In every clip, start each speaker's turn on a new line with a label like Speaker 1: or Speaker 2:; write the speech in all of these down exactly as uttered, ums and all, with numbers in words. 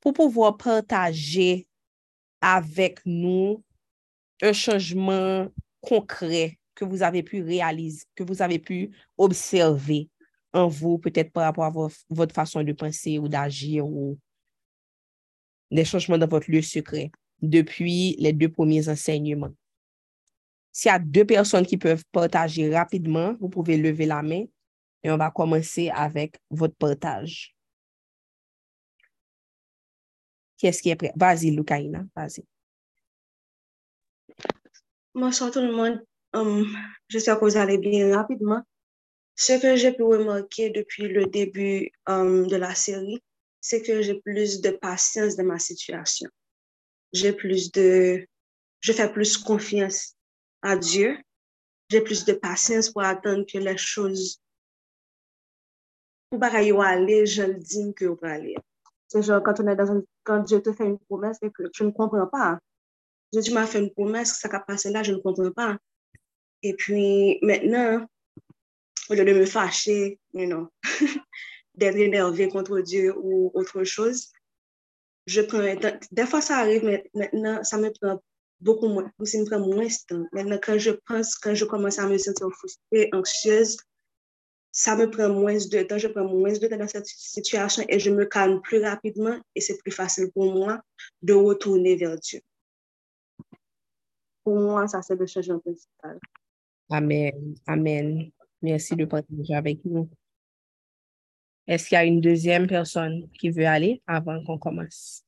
Speaker 1: pour pouvoir partager avec nous un changement concret que vous avez pu réaliser, que vous avez pu observer en vous, peut-être par rapport à vo- votre façon de penser ou d'agir ou des changements dans votre lieu secret depuis les deux premiers enseignements. S'il y a deux personnes qui peuvent partager rapidement, vous pouvez lever la main et on va commencer avec votre partage. Qui est-ce qui est prêt? Vas-y, Lucaïna, vas-y.
Speaker 2: Bonsoir tout le monde. Um, j'espère que vous allez bien rapidement. Ce que j'ai pu remarquer depuis le début um, de la série, c'est que j'ai plus de patience dans ma situation. J'ai plus de... Je fais plus confiance à Dieu. J'ai plus de patience pour attendre que les choses... Pour pas y aller, je le dis que vous aller. C'est genre quand on est dans un... Quand Dieu te fait une promesse et que tu ne comprends pas. Dieu, tu m'as fait une promesse, ça va passer là, je ne comprends pas. Et puis maintenant, au lieu de me fâcher, you know, d'être énervé contre Dieu ou autre chose, je prends un temps. Des fois, ça arrive, mais maintenant, ça me prend beaucoup moins. Ça me prend moins de temps. Maintenant, quand je pense, quand je commence à me sentir frustrée, anxieuse, ça me prend moins de temps. Je prends moins de temps dans cette situation et je me calme plus rapidement et c'est plus facile pour moi de retourner vers Dieu. Pour moi, ça, c'est le changement principal.
Speaker 1: Amen. Amen. Merci de partager avec nous. Est-ce qu'il y a une deuxième personne qui veut aller avant qu'on commence?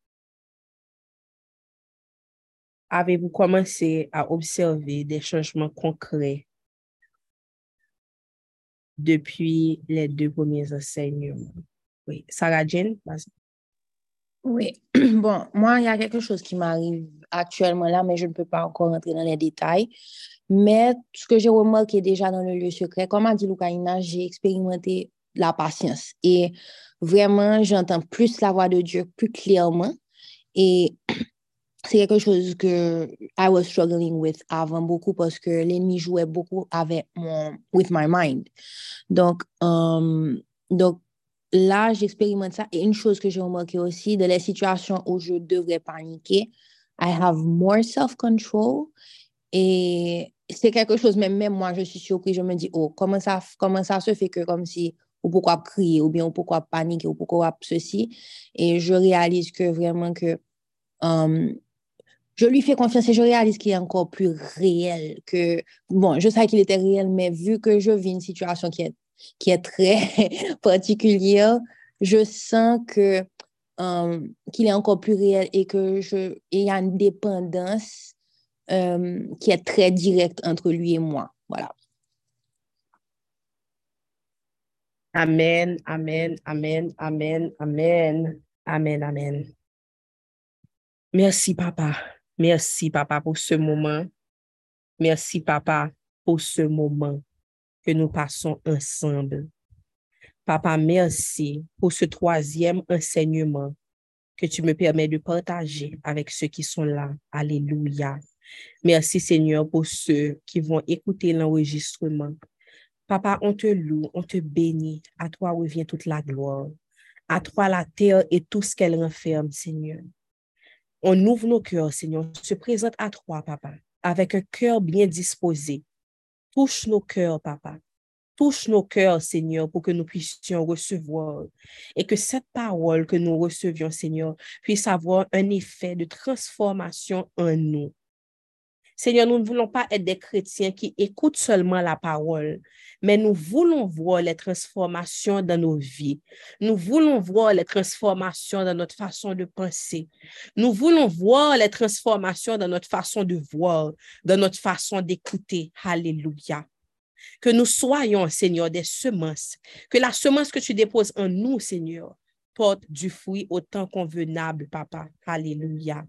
Speaker 1: Avez-vous commencé à observer des changements concrets depuis les deux premiers enseignements? Oui. Sarah Jane, vas-y.
Speaker 3: Oui, bon, moi, il y a quelque chose qui m'arrive actuellement là, mais je ne peux pas encore rentrer dans les détails. Mais ce que j'ai remarqué déjà dans le lieu secret, comme a dit Lucaïna, j'ai expérimenté la patience. Et vraiment, j'entends plus la voix de Dieu plus clairement. Et c'est quelque chose que I was struggling with avant beaucoup parce que l'ennemi jouait beaucoup avec mon, with my mind. Donc, um, donc là, j'expérimente ça. Et une chose que j'ai remarqué aussi, dans les situations où je devrais paniquer, I have more self-control. Et c'est quelque chose, même, même moi, je suis surpris, je me dis, oh, comment ça, comment ça se fait que comme si, ou pourquoi crier, ou bien ou pourquoi paniquer, ou pourquoi ceci. Et je réalise que vraiment que um, je lui fais confiance et je réalise qu'il est encore plus réel que... Bon, je savais qu'il était réel, mais vu que je vis une situation qui est, qui est très particulière, je sens que, um, qu'il est encore plus réel et que je, et il y a une dépendance um, qui est très directe entre lui et moi. Voilà.
Speaker 1: Amen, amen, amen, amen, amen, amen, amen. Merci, papa. Merci, papa, pour ce moment. Merci, papa, pour ce moment que nous passons ensemble. Papa, merci pour ce troisième enseignement que tu me permets de partager avec ceux qui sont là. Alléluia. Merci, Seigneur, pour ceux qui vont écouter l'enregistrement. Papa, on te loue, on te bénit. À toi revient toute la gloire. À toi la terre et tout ce qu'elle renferme, Seigneur. On ouvre nos cœurs, Seigneur. On se présente à toi, papa, avec un cœur bien disposé. Touche nos cœurs, papa. Touche nos cœurs, Seigneur, pour que nous puissions recevoir et que cette parole que nous recevions, Seigneur, puisse avoir un effet de transformation en nous. Seigneur, nous ne voulons pas être des chrétiens qui écoutent seulement la parole, mais nous voulons voir les transformations dans nos vies. Nous voulons voir les transformations dans notre façon de penser. Nous voulons voir les transformations dans notre façon de voir, dans notre façon d'écouter. Alléluia. Que nous soyons, Seigneur, des semences. Que la semence que tu déposes en nous, Seigneur, porte du fruit au temps convenable, papa. Alléluia.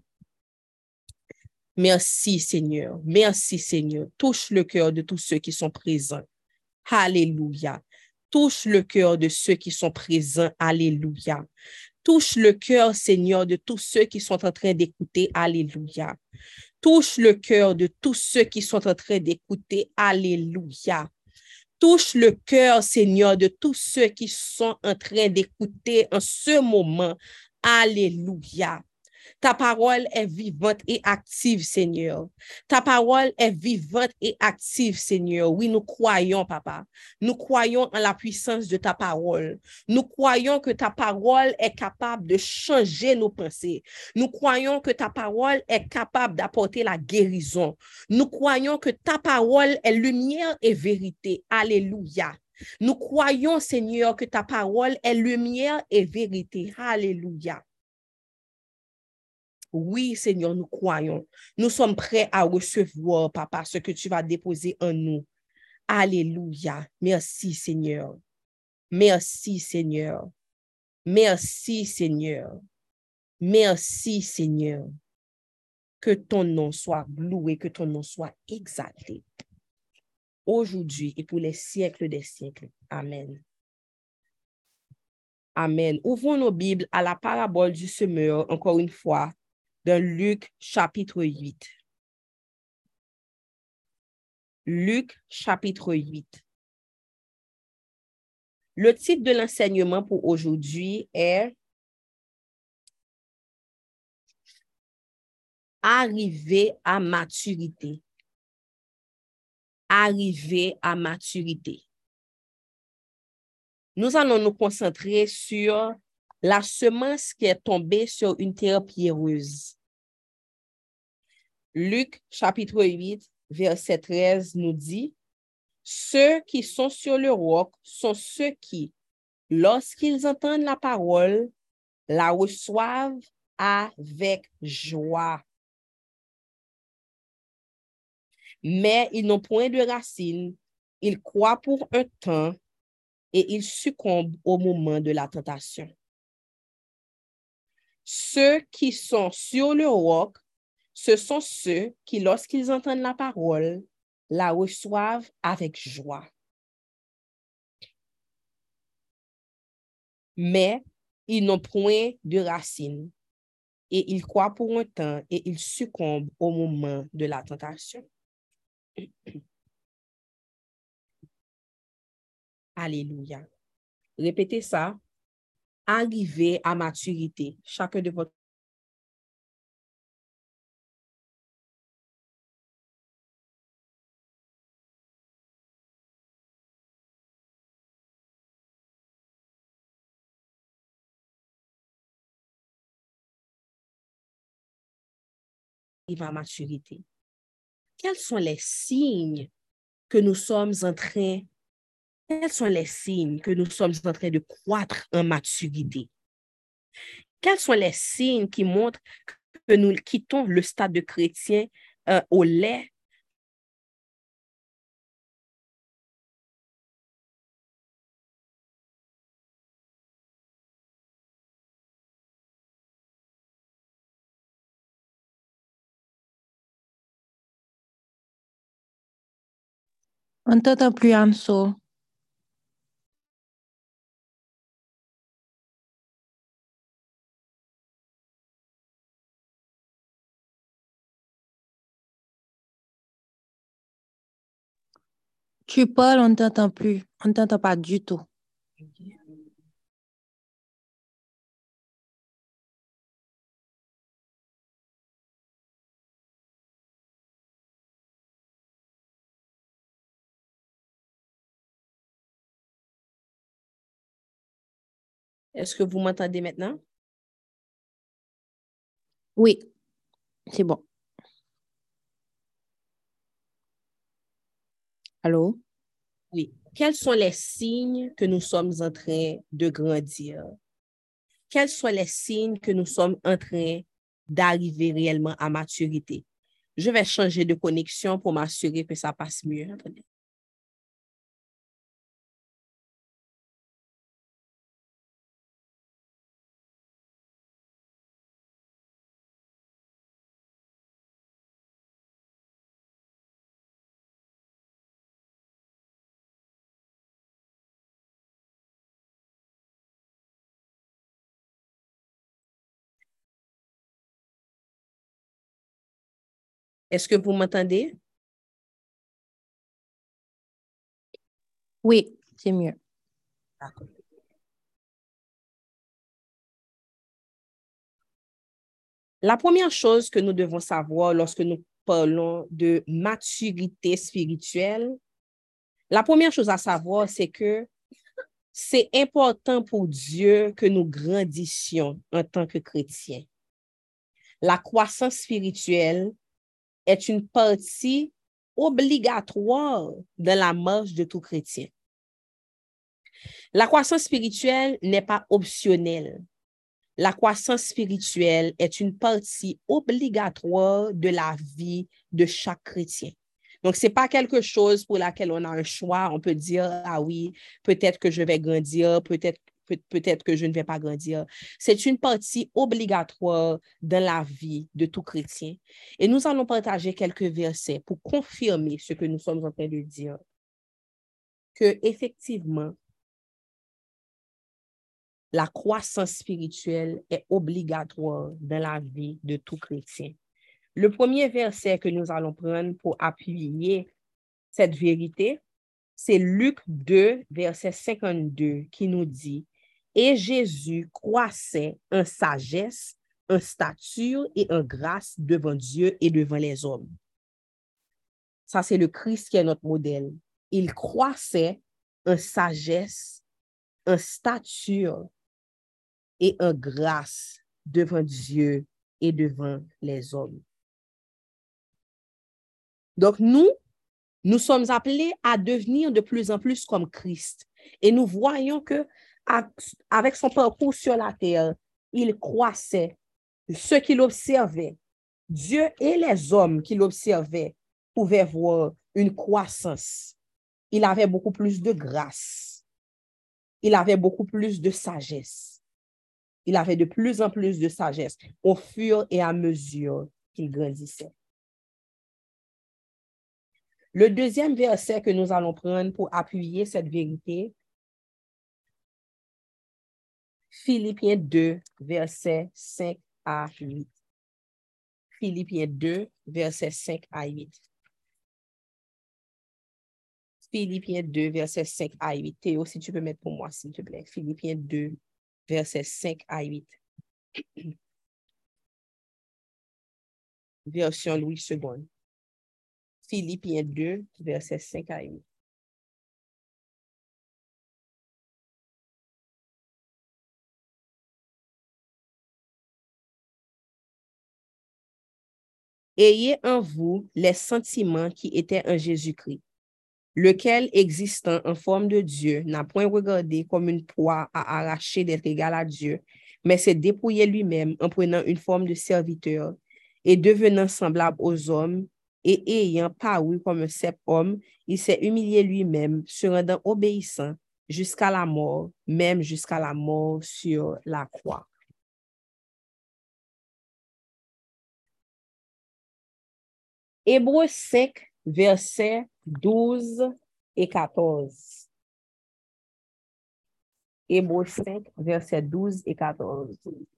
Speaker 1: Merci, Seigneur. Merci, Seigneur. Touche le cœur de tous ceux qui sont présents. Alléluia. Touche le cœur de ceux qui sont présents. Alléluia. Touche le cœur, Seigneur, de tous ceux qui sont en train d'écouter. Alléluia. Touche le cœur de tous ceux qui sont en train d'écouter. Alléluia. Touche le cœur, Seigneur, de tous ceux qui sont en train d'écouter en ce moment. Alléluia. Ta parole est vivante et active, Seigneur. Ta parole est vivante et active, Seigneur. Oui, nous croyons, Papa. Nous croyons en la puissance de ta parole. Nous croyons que ta parole est capable de changer nos pensées. Nous croyons que ta parole est capable d'apporter la guérison. Nous croyons que ta parole est lumière et vérité. Alléluia. Nous croyons, Seigneur, que ta parole est lumière et vérité. Alléluia. Oui, Seigneur, nous croyons. Nous sommes prêts à recevoir, Papa, ce que tu vas déposer en nous. Alléluia. Merci, Seigneur. Merci, Seigneur. Merci, Seigneur. Merci, Seigneur. Que ton nom soit loué, que ton nom soit exalté. Aujourd'hui et pour les siècles des siècles. Amen. Amen. Ouvrons nos Bibles à la parabole du semeur, encore une fois, dans Luc chapitre huit. Luc chapitre huit. Le titre de l'enseignement pour aujourd'hui est Arriver à maturité. Arriver à maturité. Nous allons nous concentrer sur la semence qui est tombée sur une terre pierreuse. Luc chapitre huit, verset treize nous dit, « Ceux qui sont sur le roc sont ceux qui, lorsqu'ils entendent la parole, la reçoivent avec joie. Mais ils n'ont point de racines, ils croient pour un temps et ils succombent au moment de la tentation. Ceux qui sont sur le roc, ce sont ceux qui, lorsqu'ils entendent la parole, la reçoivent avec joie. Mais ils n'ont point de racines et ils croient pour un temps et ils succombent au moment de la tentation. » Alléluia. Répétez ça. Arriver à maturité. Chacun de votre arrive à maturité. Quels sont les signes que nous sommes en train, quels sont les signes que nous sommes en train de croître en maturité? Quels sont les signes qui montrent que nous quittons le stade de chrétien euh, au lait?
Speaker 3: On ne t'entend plus, Anso. Tu parles, on ne t'entend plus. On ne t'entend pas du tout.
Speaker 1: Est-ce que vous m'entendez maintenant?
Speaker 3: Oui, c'est bon. Allô?
Speaker 1: Oui. Quels sont les signes que nous sommes en train de grandir? Quels sont les signes que nous sommes en train d'arriver réellement à maturité? Je vais changer de connexion pour m'assurer que ça passe mieux. Attendez. Est-ce que vous m'entendez?
Speaker 3: Oui, c'est mieux.
Speaker 1: D'accord. La première chose que nous devons savoir lorsque nous parlons de maturité spirituelle, la première chose à savoir, c'est que c'est important pour Dieu que nous grandissions en tant que chrétiens. La croissance spirituelle est une partie obligatoire de la marche de tout chrétien. La croissance spirituelle n'est pas optionnelle. La croissance spirituelle est une partie obligatoire de la vie de chaque chrétien. Donc, ce n'est pas quelque chose pour laquelle on a un choix. On peut dire, ah oui, peut-être que je vais grandir, peut-être peut, peut-être que je ne vais pas grandir. C'est une partie obligatoire dans la vie de tout chrétien. Et nous allons partager quelques versets pour confirmer ce que nous sommes en train de dire. Que, effectivement, la croissance spirituelle est obligatoire dans la vie de tout chrétien. Le premier verset que nous allons prendre pour appuyer cette vérité, c'est Luc deux, verset cinquante-deux, qui nous dit « Et Jésus croissait en sagesse, en stature et en grâce devant Dieu et devant les hommes. » Ça, c'est le Christ qui est notre modèle. Il croissait en sagesse, en stature et en grâce devant Dieu et devant les hommes. Donc, nous, nous sommes appelés à devenir de plus en plus comme Christ. Et nous voyons que avec son parcours sur la terre, il croissait. Ceux qui l'observaient, Dieu et les hommes qui l'observaient pouvaient voir une croissance. Il avait beaucoup plus de grâce. Il avait beaucoup plus de sagesse. Il avait de plus en plus de sagesse au fur et à mesure qu'il grandissait. Le deuxième verset que nous allons prendre pour appuyer cette vérité, Philippiens deux, versets cinq à huit. Philippiens deux, versets cinq à huit. Philippiens deux, versets cinq à huit. Théo, si tu peux mettre pour moi, s'il te plaît. Philippiens deux, versets cinq à huit. Version Louis deux. Philippiens deux, versets cinq à huit. Ayez en vous les sentiments qui étaient en Jésus-Christ, lequel, existant en forme de Dieu, n'a point regardé comme une proie à arracher d'être égal à Dieu, mais s'est dépouillé lui-même en prenant une forme de serviteur et devenant semblable aux hommes, et ayant paru comme un simple homme, il s'est humilié lui-même, se rendant obéissant jusqu'à la mort, même jusqu'à la mort sur la croix. Hébreux cinq, versets douze et quatorze. Hébreux cinq, versets douze et quatorze.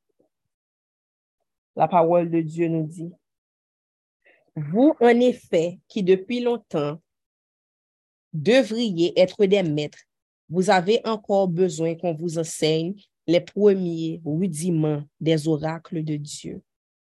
Speaker 1: La parole de Dieu nous dit: vous, en effet, qui depuis longtemps devriez être des maîtres, vous avez encore besoin qu'on vous enseigne les premiers rudiments des oracles de Dieu.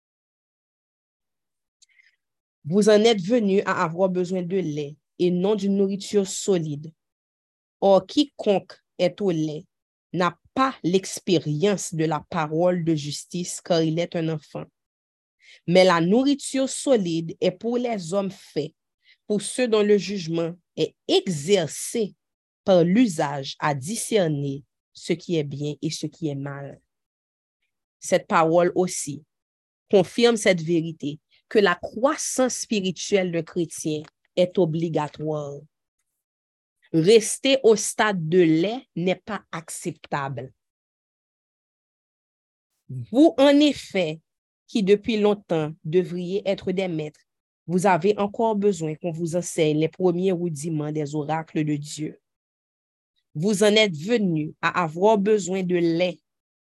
Speaker 1: Vous en êtes venus à avoir besoin de lait et non d'une nourriture solide. Or, quiconque est au lait n'a pas l'expérience de la parole de justice, car il est un enfant. Mais la nourriture solide est pour les hommes faits, pour ceux dont le jugement est exercé par l'usage à discerner ce qui est bien et ce qui est mal. Cette parole aussi confirme cette vérité, que la croissance spirituelle de chrétien est obligatoire. Rester au stade de lait n'est pas acceptable. Vous, en effet, qui depuis longtemps devriez être des maîtres, vous avez encore besoin qu'on vous enseigne les premiers rudiments des oracles de Dieu. Vous en êtes venus à avoir besoin de lait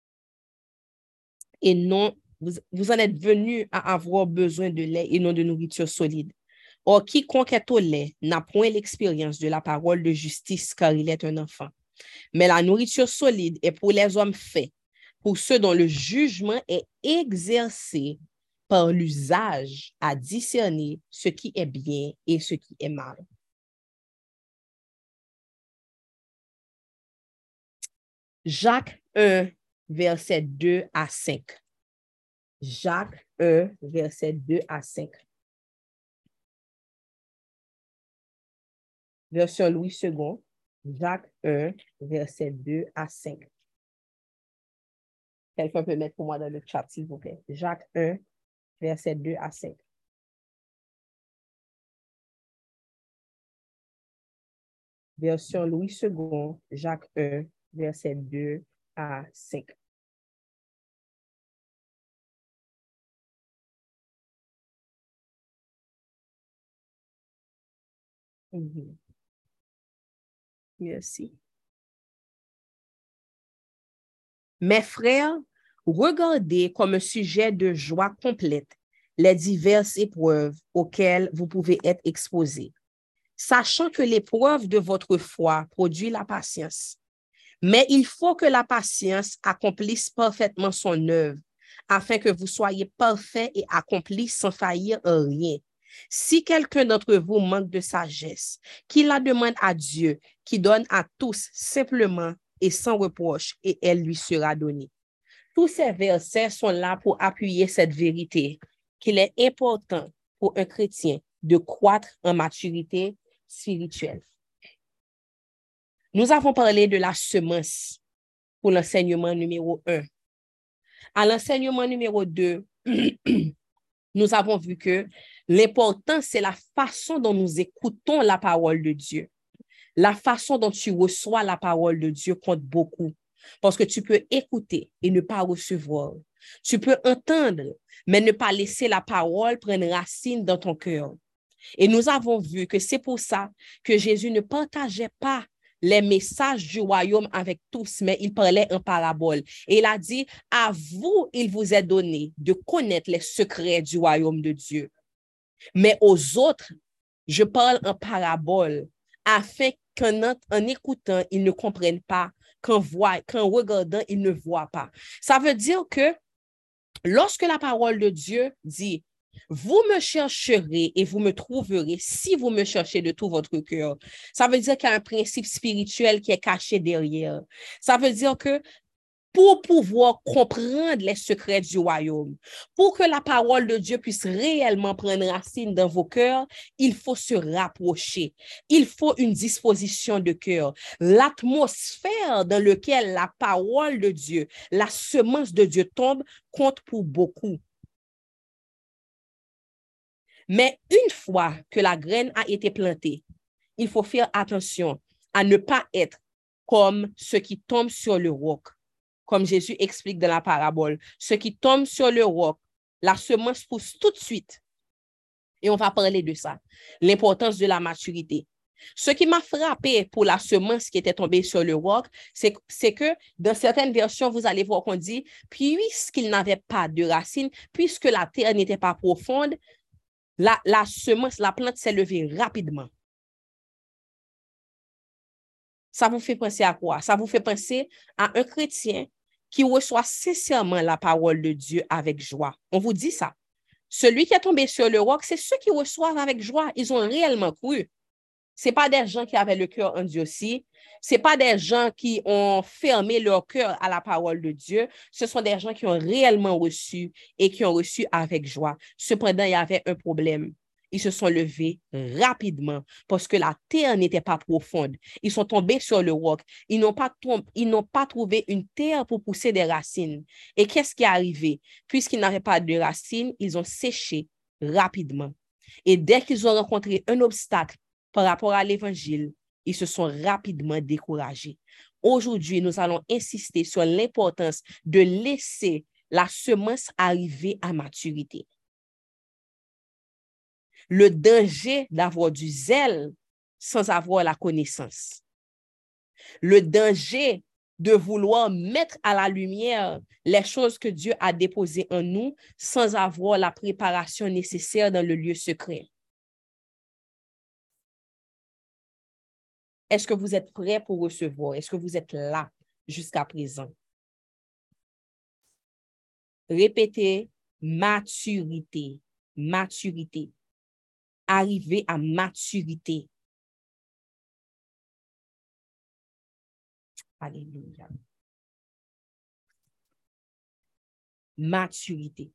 Speaker 1: et non, vous, vous en êtes venus à avoir besoin de lait et non de nourriture solide. Or, quiconque est au lait n'a point l'expérience de la parole de justice, car il est un enfant. Mais la nourriture solide est pour les hommes faits, pour ceux dont le jugement est exercé par l'usage à discerner ce qui est bien et ce qui est mal. Jacques un, verset deux à cinq. Jacques un, verset deux à cinq. Version Louis second, Jacques un, verset deux à cinq. Quelqu'un peut mettre pour moi dans le chat, s'il vous plaît. Jacques un, verset deux à cinq. Version Louis second, Jacques un, verset deux à cinq. Mm-hmm. Merci. Mes frères, regardez comme un sujet de joie complète les diverses épreuves auxquelles vous pouvez être exposés, sachant que l'épreuve de votre foi produit la patience. Mais il faut que la patience accomplisse parfaitement son œuvre, afin que vous soyez parfaits et accomplis sans faillir en rien. Si quelqu'un d'entre vous manque de sagesse, qu'il la demande à Dieu, qui donne à tous simplement et sans reproche, et elle lui sera donnée. Tous ces versets sont là pour appuyer cette vérité, qu'il est important pour un chrétien de croître en maturité spirituelle. Nous avons parlé de la semence pour l'enseignement numéro un. À l'enseignement numéro deux, nous avons vu que l'important, c'est la façon dont nous écoutons la parole de Dieu. La façon dont tu reçois la parole de Dieu compte beaucoup. Parce que tu peux écouter et ne pas recevoir. Tu peux entendre, mais ne pas laisser la parole prendre racine dans ton cœur. Et nous avons vu que c'est pour ça que Jésus ne partageait pas les messages du royaume avec tous, mais il parlait en parabole. Et il a dit, à vous, il vous est donné de connaître les secrets du royaume de Dieu. Mais aux autres, je parle en parabole, afin qu'en en écoutant, ils ne comprennent pas, qu'en, voient, qu'en regardant, ils ne voient pas. Ça veut dire que lorsque la parole de Dieu dit, vous me chercherez et vous me trouverez si vous me cherchez de tout votre cœur. Ça veut dire qu'il y a un principe spirituel qui est caché derrière. Ça veut dire que pour pouvoir comprendre les secrets du royaume, pour que la parole de Dieu puisse réellement prendre racine dans vos cœurs, il faut se rapprocher. Il faut une disposition de cœur. L'atmosphère dans laquelle la parole de Dieu, la semence de Dieu tombe, compte pour beaucoup. Mais une fois que la graine a été plantée, il faut faire attention à ne pas être comme ceux qui tombent sur le roc. Comme Jésus explique dans la parabole, ceux qui tombent sur le roc, la semence pousse tout de suite. Et on va parler de ça, l'importance de la maturité. Ce qui m'a frappé pour la semence qui était tombée sur le roc, c'est, c'est que dans certaines versions, vous allez voir qu'on dit, puisqu'il n'avait pas de racines, puisque la terre n'était pas profonde, la, la semence, la plante s'est levée rapidement. Ça vous fait penser à quoi? Ça vous fait penser à un chrétien qui reçoit sincèrement la parole de Dieu avec joie. On vous dit ça. Celui qui est tombé sur le roc, c'est ceux qui reçoivent avec joie. Ils ont réellement cru. Ce n'est pas des gens qui avaient le cœur endurci. Ce n'est pas des gens qui ont fermé leur cœur à la parole de Dieu. Ce sont des gens qui ont réellement reçu et qui ont reçu avec joie. Cependant, il y avait un problème. Ils se sont levés rapidement parce que la terre n'était pas profonde. Ils sont tombés sur le roc. Ils n'ont pas, tom- ils n'ont pas trouvé une terre pour pousser des racines. Et qu'est-ce qui est arrivé? Puisqu'ils n'avaient pas de racines, ils ont séché rapidement. Et dès qu'ils ont rencontré un obstacle par rapport à l'évangile, ils se sont rapidement découragés. Aujourd'hui, nous allons insister sur l'importance de laisser la semence arriver à maturité. Le danger d'avoir du zèle sans avoir la connaissance. Le danger de vouloir mettre à la lumière les choses que Dieu a déposées en nous sans avoir la préparation nécessaire dans le lieu secret. Est-ce que vous êtes prêts pour recevoir? Est-ce que vous êtes là jusqu'à présent? Répétez Maturité. Maturité. Arriver à maturité. Alléluia. Maturité.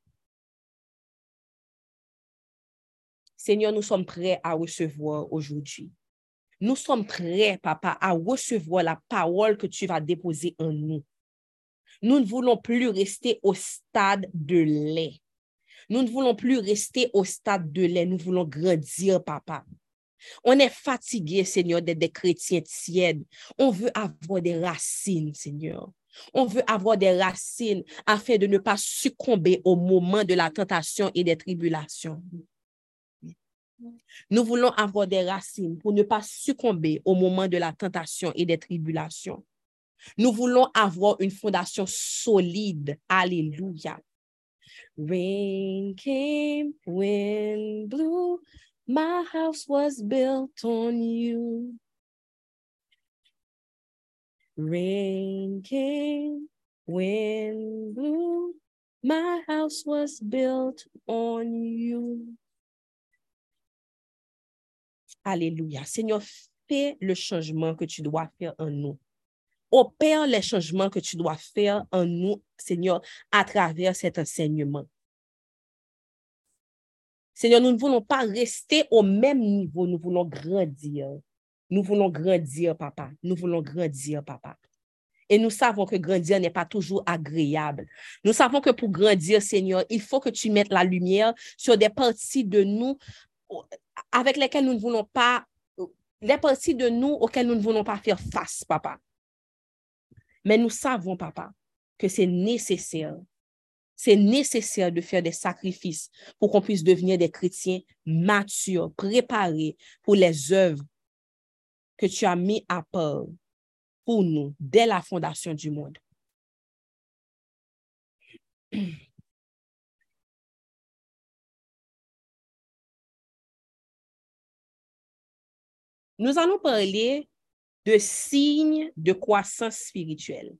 Speaker 1: Seigneur, nous sommes prêts à recevoir aujourd'hui. Nous sommes prêts, Papa, à recevoir la parole que tu vas déposer en nous. Nous ne voulons plus rester au stade de lait. Nous ne voulons plus rester au stade de lait. Nous voulons grandir, Papa. On est fatigué, Seigneur, d'être des chrétiens tièdes. On veut avoir des racines, Seigneur. On veut avoir des racines afin de ne pas succomber au moment de la tentation et des tribulations. Nous voulons avoir des racines pour ne pas succomber au moment de la tentation et des tribulations. Nous voulons avoir une fondation solide. Alléluia. Rain came, wind blew, my house was built on you. Rain came, wind blew, my house was built on you. Alléluia. Seigneur, fais le changement que tu dois faire en nous. Opère les changements que tu dois faire en nous, Seigneur, à travers cet enseignement. Seigneur, nous ne voulons pas rester au même niveau, nous voulons grandir. Nous voulons grandir, Papa. Nous voulons grandir, Papa. Et nous savons que grandir n'est pas toujours agréable. Nous savons que pour grandir, Seigneur, il faut que tu mettes la lumière sur des parties de nous avec lesquelles nous ne voulons pas, les parties de nous auxquelles nous ne voulons pas faire face, Papa. Mais nous savons, Papa, que c'est nécessaire. C'est nécessaire de faire des sacrifices pour qu'on puisse devenir des chrétiens matures, préparés pour les œuvres que tu as mis à part pour nous dès la fondation du monde. Nous allons parler de signes de croissance spirituelle.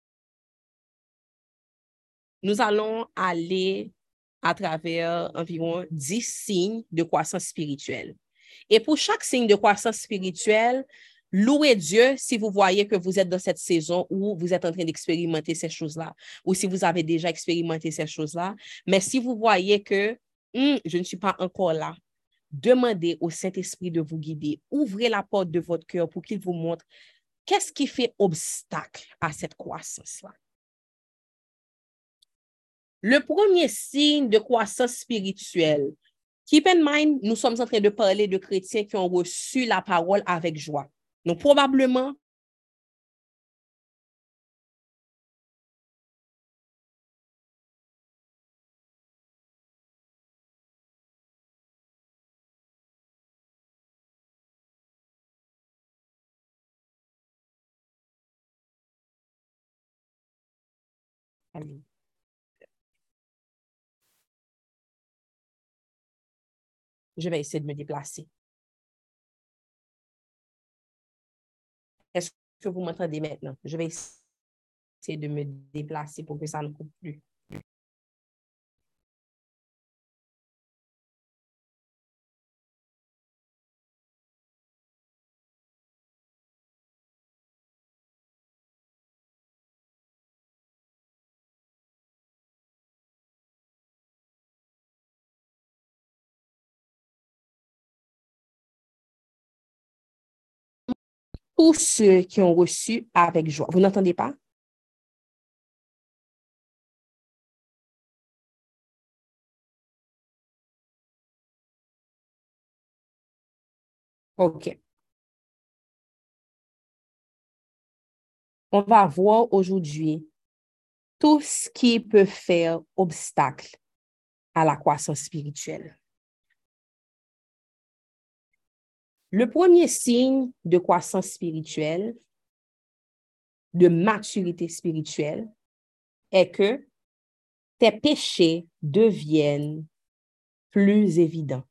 Speaker 1: Nous allons aller à travers environ dix signes de croissance spirituelle. Et pour chaque signe de croissance spirituelle, louez Dieu si vous voyez que vous êtes dans cette saison où vous êtes en train d'expérimenter ces choses-là, ou si vous avez déjà expérimenté ces choses-là. Mais si vous voyez que hum, je ne suis pas encore là, demandez au Saint-Esprit de vous guider. Ouvrez la porte de votre cœur pour qu'il vous montre qu'est-ce qui fait obstacle à cette croissance-là. Le premier signe de croissance spirituelle, keep in mind, nous sommes en train de parler de chrétiens qui ont reçu la parole avec joie. Donc, probablement, allez. Je vais essayer de me déplacer. Est-ce que vous m'entendez maintenant? Je vais essayer de me déplacer pour que ça ne coupe plus. Tous ceux qui ont reçu avec joie. Vous n'entendez pas? OK. On va voir aujourd'hui tout ce qui peut faire obstacle à la croissance spirituelle. Le premier signe de croissance spirituelle, de maturité spirituelle, est que tes péchés deviennent plus évidents.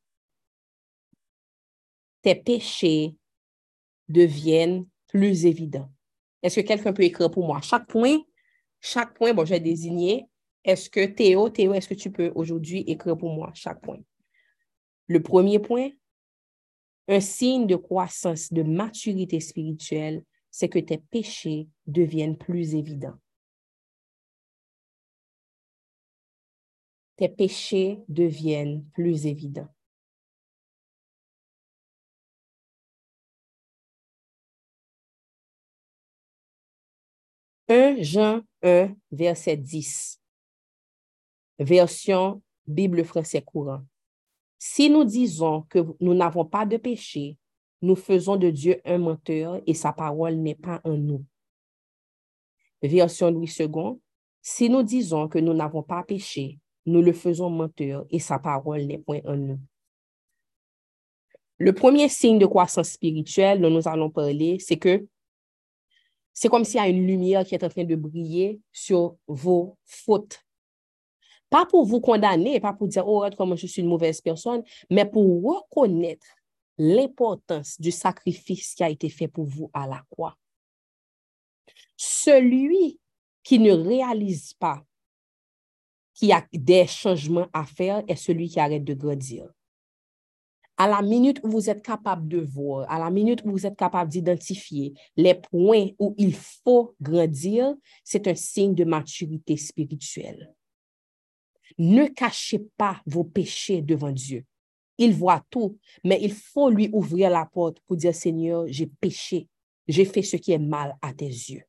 Speaker 1: Tes péchés deviennent plus évidents. Est-ce que quelqu'un peut écrire pour moi? Chaque point, chaque point, bon, je vais désigner Est-ce que Théo, Théo, est-ce que tu peux aujourd'hui écrire pour moi chaque point? Le premier point, un signe de croissance, de maturité spirituelle, c'est que tes péchés deviennent plus évidents. Tes péchés deviennent plus évidents. premier Jean un, verset dix. Version Bible français courant. Si nous disons que nous n'avons pas de péché, nous faisons de Dieu un menteur et sa parole n'est pas en nous. Version Louis second. Si nous disons que nous n'avons pas péché, nous le faisons menteur et sa parole n'est point en nous. Le premier signe de croissance spirituelle dont nous allons parler, c'est que c'est comme s'il y a une lumière qui est en train de briller sur vos fautes. Pas pour vous condamner, pas pour dire, oh, comment je suis une mauvaise personne, mais pour reconnaître l'importance du sacrifice qui a été fait pour vous à la croix. Celui qui ne réalise pas qu'il y a des changements à faire est celui qui arrête de grandir. À la minute où vous êtes capable de voir, à la minute où vous êtes capable d'identifier les points où il faut grandir, c'est un signe de maturité spirituelle. Ne cachez pas vos péchés devant Dieu. Il voit tout, mais il faut lui ouvrir la porte pour dire, Seigneur, j'ai péché, j'ai fait ce qui est mal à tes yeux.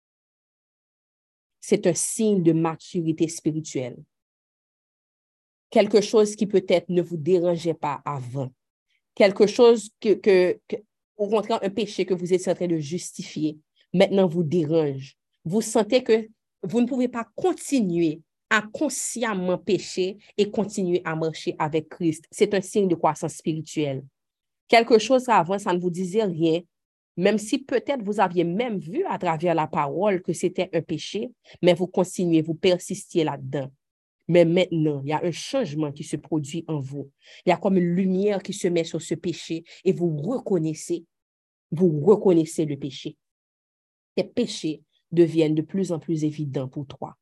Speaker 1: C'est un signe de maturité spirituelle. Quelque chose qui peut-être ne vous dérangeait pas avant. Quelque chose que, que, que, au contraire, un péché que vous êtes en train de justifier, maintenant vous dérange. Vous sentez que vous ne pouvez pas continuer à consciemment pécher et continuer à marcher avec Christ. C'est un signe de croissance spirituelle. Quelque chose avant, ça ne vous disait rien, même si peut-être vous aviez même vu à travers la parole que c'était un péché, mais vous continuez, vous persistiez là-dedans. Mais maintenant, il y a un changement qui se produit en vous. Il y a comme une lumière qui se met sur ce péché et vous reconnaissez, vous reconnaissez le péché. Tes péchés deviennent de plus en plus évidents pour toi.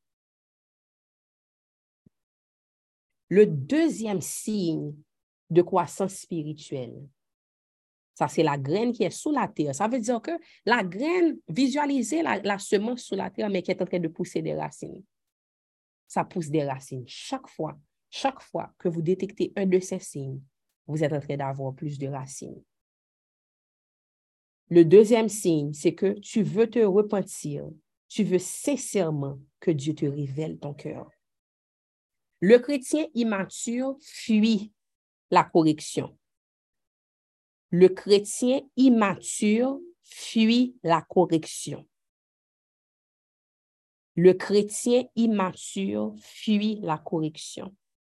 Speaker 1: Le deuxième signe de croissance spirituelle, ça c'est la graine qui est sous la terre. Ça veut dire que la graine, visualisez la, la semence sous la terre, mais qui est en train de pousser des racines. Ça pousse des racines. Chaque fois, chaque fois que vous détectez un de ces signes, vous êtes en train d'avoir plus de racines. Le deuxième signe, c'est que tu veux te repentir. Tu veux sincèrement que Dieu te révèle ton cœur. Le chrétien immature fuit la correction. Le chrétien immature fuit la correction. Le chrétien immature fuit la correction.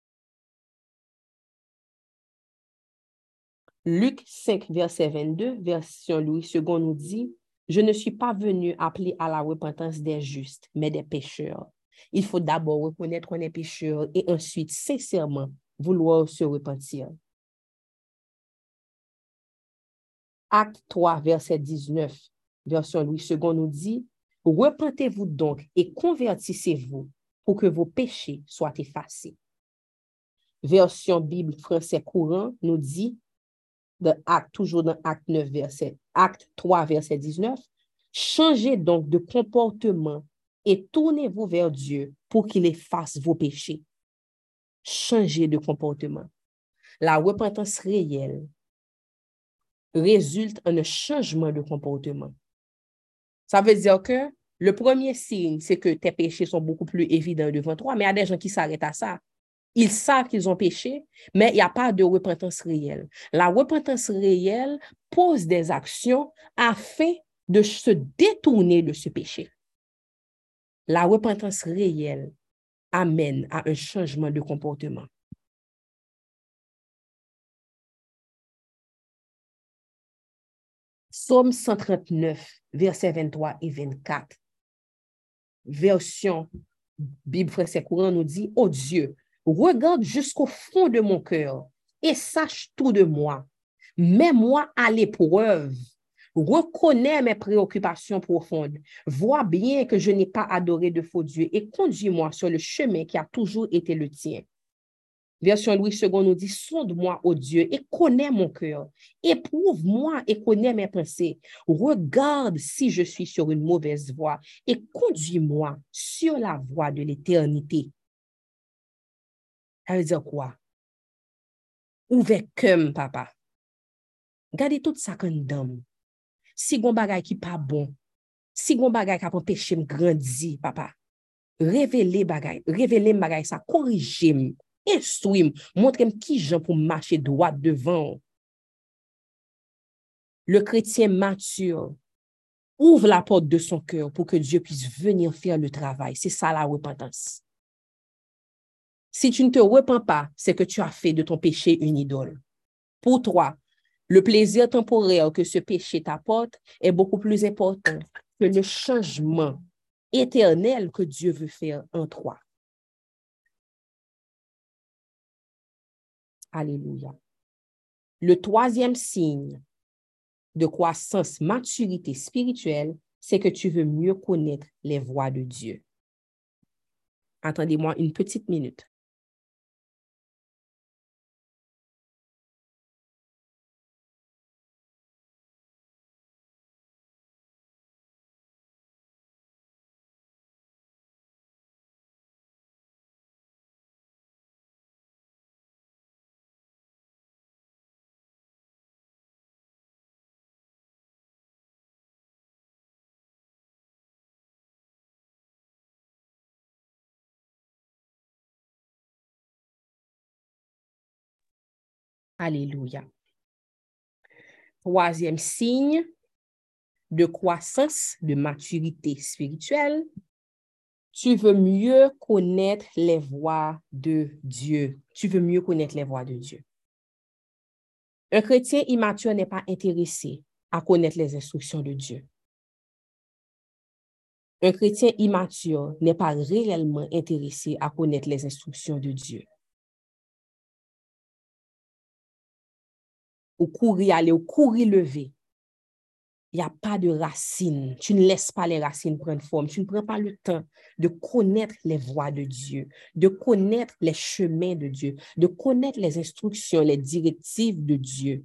Speaker 1: Luc cinq, verset vingt-deux, version Louis second nous dit, « Je ne suis pas venu appeler à la repentance des justes, mais des pécheurs. » Il faut d'abord reconnaître qu'on est pécheur et ensuite, sincèrement, vouloir se repentir. Acte trois, verset dix-neuf, version Louis second nous dit, « Repentez-vous donc et convertissez-vous pour que vos péchés soient effacés. » Version Bible français courant nous dit, de acte, toujours dans acte neuf, verset, acte trois, verset dix-neuf, « Changez donc de comportement et tournez-vous vers Dieu pour qu'il efface vos péchés. » Changez de comportement. La repentance réelle résulte en un changement de comportement. Ça veut dire que le premier signe, c'est que tes péchés sont beaucoup plus évidents devant toi, mais il y a des gens qui s'arrêtent à ça. Ils savent qu'ils ont péché, mais il n'y a pas de repentance réelle. La repentance réelle pose des actions afin de se détourner de ce péché. La repentance réelle amène à un changement de comportement. Psaume cent trente-neuf, versets vingt-trois et vingt-quatre. Version Bible français courant nous dit, « Oh Dieu, regarde jusqu'au fond de mon cœur et sache tout de moi. Mets-moi à l'épreuve. Reconnais mes préoccupations profondes. Vois bien que je n'ai pas adoré de faux dieux et conduis-moi sur le chemin qui a toujours été le tien. Version Louis second nous dit, sonde-moi, ô Dieu, et connais mon cœur. Éprouve-moi et connais mes pensées. Regarde si je suis sur une mauvaise voie et conduis-moi sur la voie de l'éternité. Ça veut dire quoi? Ouvert comme papa. Gardez tout ça comme dame. Si gon bagay qui pas bon, si gon bagay qui a empêché me grandir, papa, révélez bagay, révélez bagay ça, corrigez-moi. Instruis, montrez-moi qui j'en pour marcher droit devant. Le chrétien mature ouvre la porte de son cœur pour que Dieu puisse venir faire le travail. C'est ça la repentance. Si tu ne te repens pas, c'est que tu as fait de ton péché une idole. Pour toi, le plaisir temporaire que ce péché t'apporte est beaucoup plus important que le changement éternel que Dieu veut faire en toi. Alléluia. Le troisième signe de croissance, maturité spirituelle, c'est que tu veux mieux connaître les voies de Dieu. Attendez-moi une petite minute. Alléluia. Troisième signe de croissance, de maturité spirituelle, tu veux mieux connaître les voies de Dieu. Tu veux mieux connaître les voies de Dieu. Un chrétien immature n'est pas intéressé à connaître les instructions de Dieu. Un chrétien immature n'est pas réellement intéressé à connaître les instructions de Dieu. Ou courir aller, ou courir lever. Il n'y a pas de racines. Tu ne laisses pas les racines prendre forme. Tu ne prends pas le temps de connaître les voies de Dieu, de connaître les chemins de Dieu, de connaître les instructions, les directives de Dieu.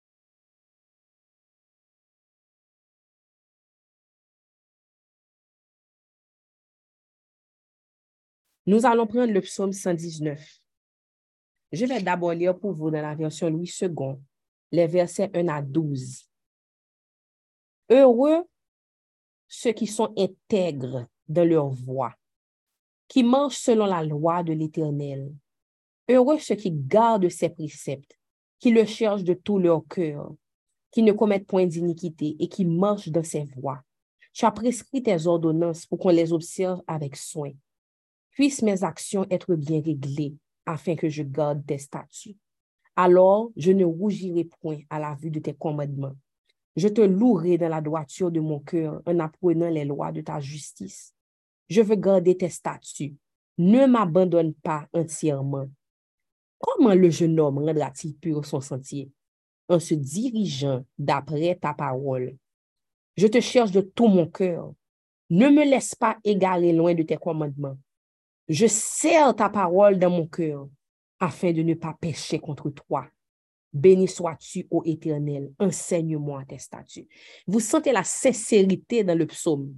Speaker 1: Nous allons prendre le psaume cent dix-neuf. Je vais d'abord lire pour vous dans la version Louis second, les versets un à douze. Heureux ceux qui sont intègres dans leur voie, qui marchent selon la loi de l'Éternel. Heureux ceux qui gardent ses préceptes, qui le cherchent de tout leur cœur, qui ne commettent point d'iniquité et qui marchent dans ses voies. Tu as prescrit tes ordonnances pour qu'on les observe avec soin. Puissent mes actions être bien réglées afin que je garde tes statuts. Alors, je ne rougirai point à la vue de tes commandements. Je te louerai dans la droiture de mon cœur en apprenant les lois de ta justice. Je veux garder tes statuts. Ne m'abandonne pas entièrement. Comment le jeune homme rendra-t-il pur son sentier? En se dirigeant d'après ta parole. Je te cherche de tout mon cœur. Ne me laisse pas égarer loin de tes commandements. Je serre ta parole dans mon cœur afin de ne pas pécher contre toi. Béni sois-tu, ô Éternel, enseigne-moi tes statuts. Vous sentez la sincérité dans le psaume.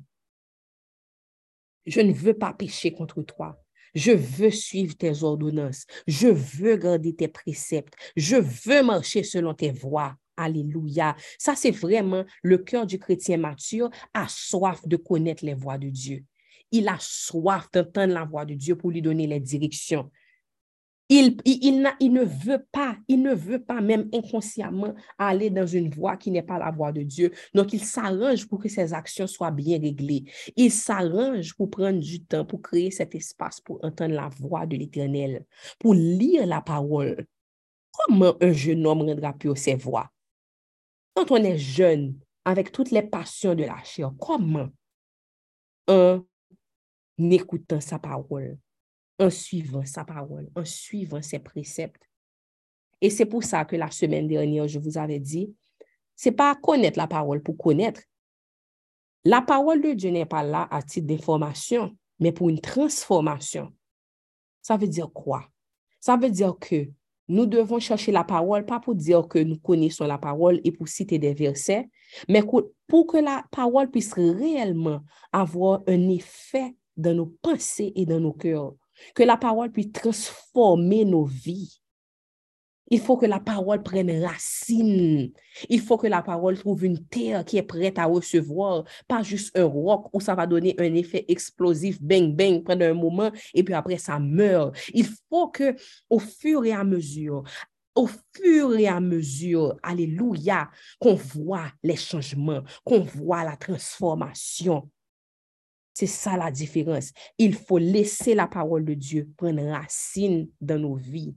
Speaker 1: Je ne veux pas pécher contre toi. Je veux suivre tes ordonnances. Je veux garder tes préceptes. Je veux marcher selon tes voies. Alléluia. Ça, c'est vraiment le cœur du chrétien mature, a soif de connaître les voies de Dieu. Il a soif d'entendre la voix de Dieu pour lui donner les directions. Il, il, il, n'a, il ne veut pas, il ne veut pas même inconsciemment aller dans une voie qui n'est pas la voie de Dieu. Donc, il s'arrange pour que ses actions soient bien réglées. Il s'arrange pour prendre du temps, pour créer cet espace pour entendre la voix de l'Éternel, pour lire la parole. Comment un jeune homme rendra pur ses voies? Quand on est jeune, avec toutes les passions de la chair, comment? En écoutant sa parole, en suivant sa parole, en suivant ses préceptes. Et c'est pour ça que la semaine dernière, je vous avais dit, Ce n'est pas connaître la parole pour connaître. La parole de Dieu n'est pas là à titre d'information, mais pour une transformation. Ça veut dire quoi? Ça veut dire que nous devons chercher la parole, pas pour dire que nous connaissons la parole et pour citer des versets, mais pour que la parole puisse réellement avoir un effet dans nos pensées et dans nos cœurs, que la parole puisse transformer nos vies. Il faut que la parole prenne racine. Il faut que la parole trouve une terre qui est prête à recevoir, pas juste un roc où ça va donner un effet explosif, bang, bang, pendant un moment, et puis après ça meurt. Il faut que, au fur et à mesure, au fur et à mesure, alléluia, qu'on voit les changements, qu'on voit la transformation. C'est ça la différence. Il faut laisser la parole de Dieu prendre racine dans nos vies.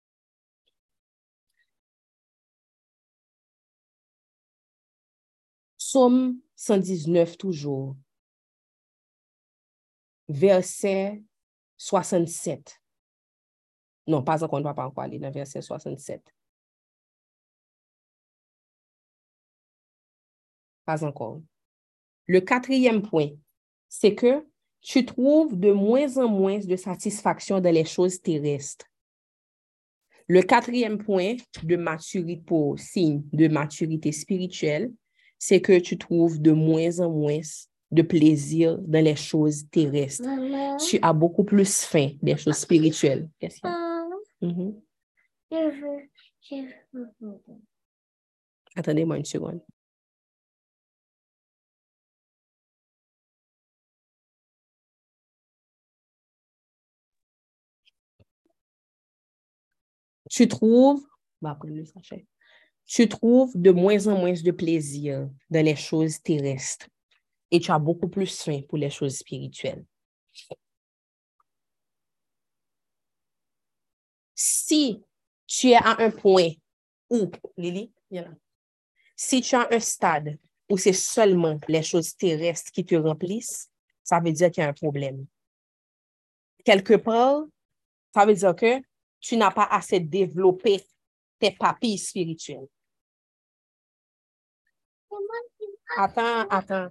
Speaker 1: Psaume cent dix-neuf toujours, verset soixante-sept. Non, pas encore, on ne va pas encore aller dans verset soixante-sept. Pas encore. Le quatrième point, c'est que tu trouves de moins en moins de satisfaction dans les choses terrestres. Le quatrième point de maturité, pour signe de maturité spirituelle, c'est que tu trouves de moins en moins de plaisir dans les choses terrestres. Maman, tu as beaucoup plus faim des choses spirituelles. Qu'est-ce qu'il y a? Mm-hmm. Je veux, je veux. Attendez-moi une seconde. Tu trouves, bah, prendre le sachet. Tu trouves de moins en moins de plaisir dans les choses terrestres et tu as beaucoup plus faim pour les choses spirituelles. Si tu es à un point où, Lily, viens là. Si tu as un stade où c'est seulement les choses terrestres qui te remplissent, ça veut dire qu'il y a un problème. Quelque part, ça veut dire que tu n'as pas assez développé tes papilles spirituelles. Attends, attends.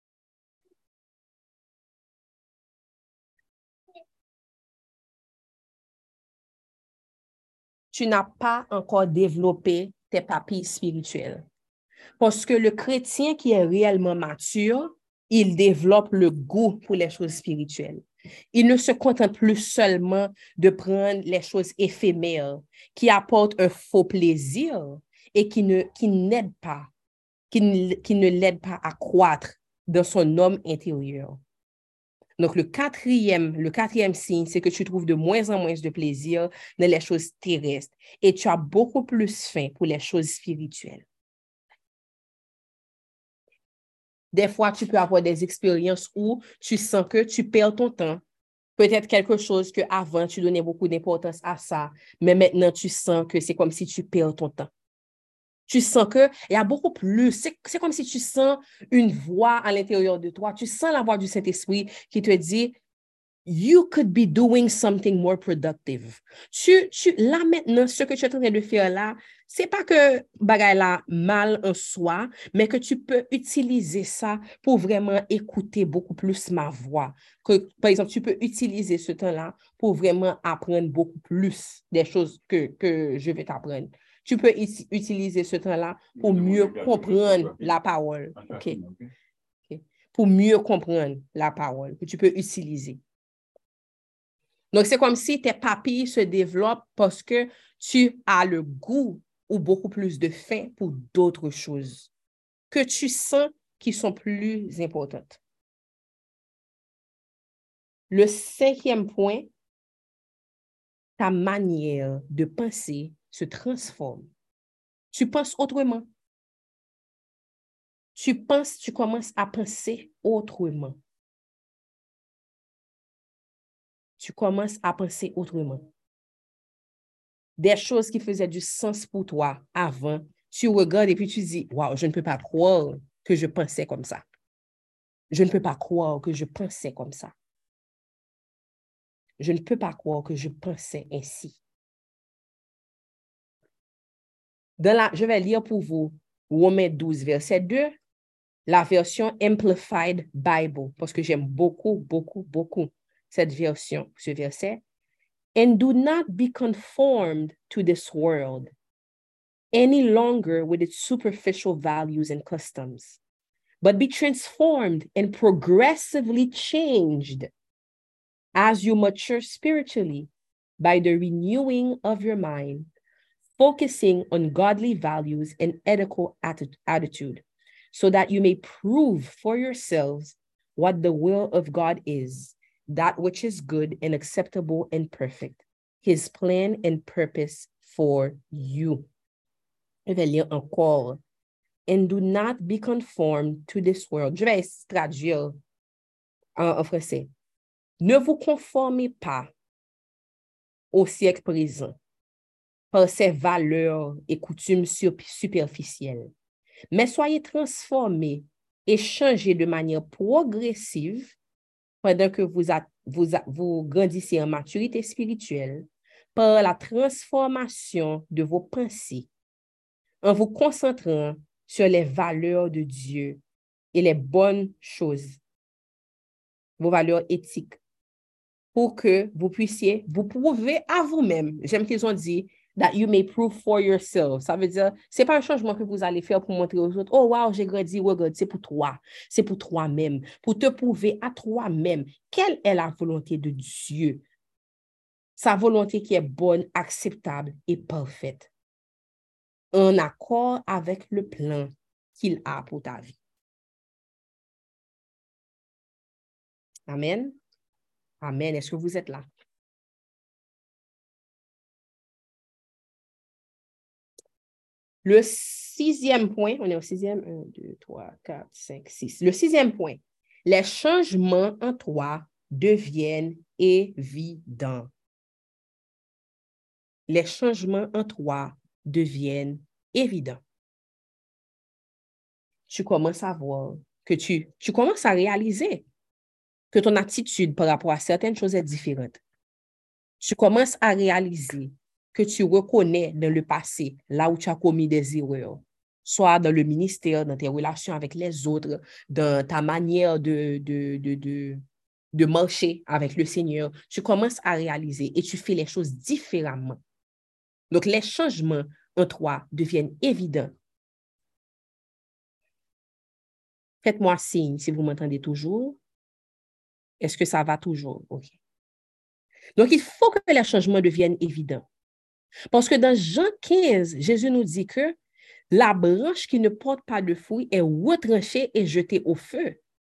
Speaker 1: Tu n'as pas encore développé tes papilles spirituelles. Parce que le chrétien qui est réellement mature, il développe le goût pour les choses spirituelles. Il ne se contente plus seulement de prendre les choses éphémères qui apportent un faux plaisir et qui ne, qui n'aident pas, qui ne, qui ne l'aident pas à croître dans son homme intérieur. Donc, le quatrième, le quatrième signe, c'est que tu trouves de moins en moins de plaisir dans les choses terrestres et tu as beaucoup plus faim pour les choses spirituelles. Des fois, tu peux avoir des expériences où tu sens que tu perds ton temps. Peut-être quelque chose qu'avant, tu donnais beaucoup d'importance à ça, mais maintenant, tu sens que c'est comme si tu perds ton temps. Tu sens qu'il y a beaucoup plus. C'est, c'est comme si tu sens une voix à l'intérieur de toi. Tu sens la voix du Saint-Esprit qui te dit, you could be doing something more productive. Tu, tu, là maintenant, ce que tu es en train de faire là, c'est pas que bagay là mal en soi, mais que tu peux utiliser ça pour vraiment écouter beaucoup plus ma voix. Que, par exemple, tu peux utiliser ce temps-là pour vraiment apprendre beaucoup plus des choses que, que je vais t'apprendre. Tu peux it- utiliser ce temps-là pour mieux comprendre la parole. Okay? Okay. Pour mieux comprendre la parole que tu peux utiliser. Donc, c'est comme si tes papilles se développent parce que tu as le goût ou beaucoup plus de faim pour d'autres choses que tu sens qui sont plus importantes. Le cinquième point, ta manière de penser se transforme. Tu penses autrement. Tu penses, tu commences à penser autrement. Tu commences à penser autrement. Des choses qui faisaient du sens pour toi avant, tu regardes et puis tu dis, waouh, je ne peux pas croire que je pensais comme ça. Je ne peux pas croire que je pensais comme ça. Je ne peux pas croire que je pensais ainsi. Dans la, je vais lire pour vous Romains douze, verset deux, la version Amplified Bible, parce que j'aime beaucoup, beaucoup, beaucoup cette version, ce verset. And do not be conformed to this world any longer with its superficial values and customs, but be transformed and progressively changed as you mature spiritually by the renewing of your mind, focusing on godly values and ethical atti- attitude, so that you may prove for yourselves what the will of God is, that which is good and acceptable and perfect, his plan and purpose for you. Je vais lire encore. And do not be conformed to this world. Je vais traduire en, en français. Ne vous conformez pas au siècle présent par ses valeurs et coutumes superficielles, mais soyez transformés et changés de manière progressive pendant que vous, a, vous, a, vous grandissez en maturité spirituelle par la transformation de vos pensées, en vous concentrant sur les valeurs de Dieu et les bonnes choses, vos valeurs éthiques, pour que vous puissiez vous prouver à vous-même. J'aime qu'ils ont dit that you may prove for yourself. Ça veut dire, c'est pas un changement que vous allez faire pour montrer aux autres. Oh, wow, j'ai grandi, regarde, c'est pour toi. C'est pour toi-même. Pour te prouver à toi-même quelle est la volonté de Dieu. Sa volonté qui est bonne, acceptable et parfaite. En accord avec le plan qu'il a pour ta vie. Amen. Amen. Est-ce que vous êtes là? Le sixième point, on est au sixième, un, deux, trois, quatre, cinq, six. Le sixième point, les changements en toi deviennent évidents. Les changements en toi deviennent évidents. Tu commences à voir que tu, tu commences à réaliser que ton attitude par rapport à certaines choses est différente. Tu commences à réaliser que tu reconnais dans le passé, là où tu as commis des erreurs, soit dans le ministère, dans tes relations avec les autres, dans ta manière de, de, de, de, de marcher avec le Seigneur. Tu commences à réaliser et tu fais les choses différemment. Donc, les changements en toi deviennent évidents. Faites-moi signe si vous m'entendez toujours. Est-ce que ça va toujours? OK. Donc, il faut que les changements deviennent évidents. Parce que dans Jean quinze, Jésus nous dit que la branche qui ne porte pas de fruits est retranchée et jetée au feu.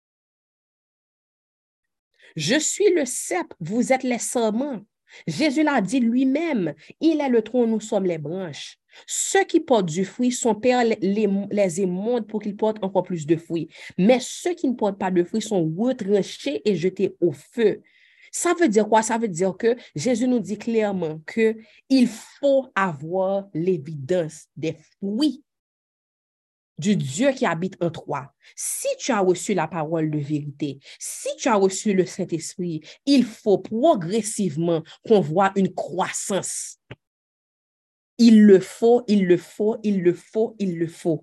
Speaker 1: Je suis le cep, vous êtes les sarments. Jésus l'a dit lui-même, il est le tronc, nous sommes les branches. Ceux qui portent du fruit, son Père les, les, les émonde pour qu'ils portent encore plus de fruits. Mais ceux qui ne portent pas de fruits sont retranchés et jetés au feu. Ça veut dire quoi? Ça veut dire que Jésus nous dit clairement qu'il faut avoir l'évidence des fruits du Dieu qui habite en toi. Si tu as reçu la parole de vérité, si tu as reçu le Saint-Esprit, il faut progressivement qu'on voit une croissance. Il le faut, il le faut, il le faut, il le faut.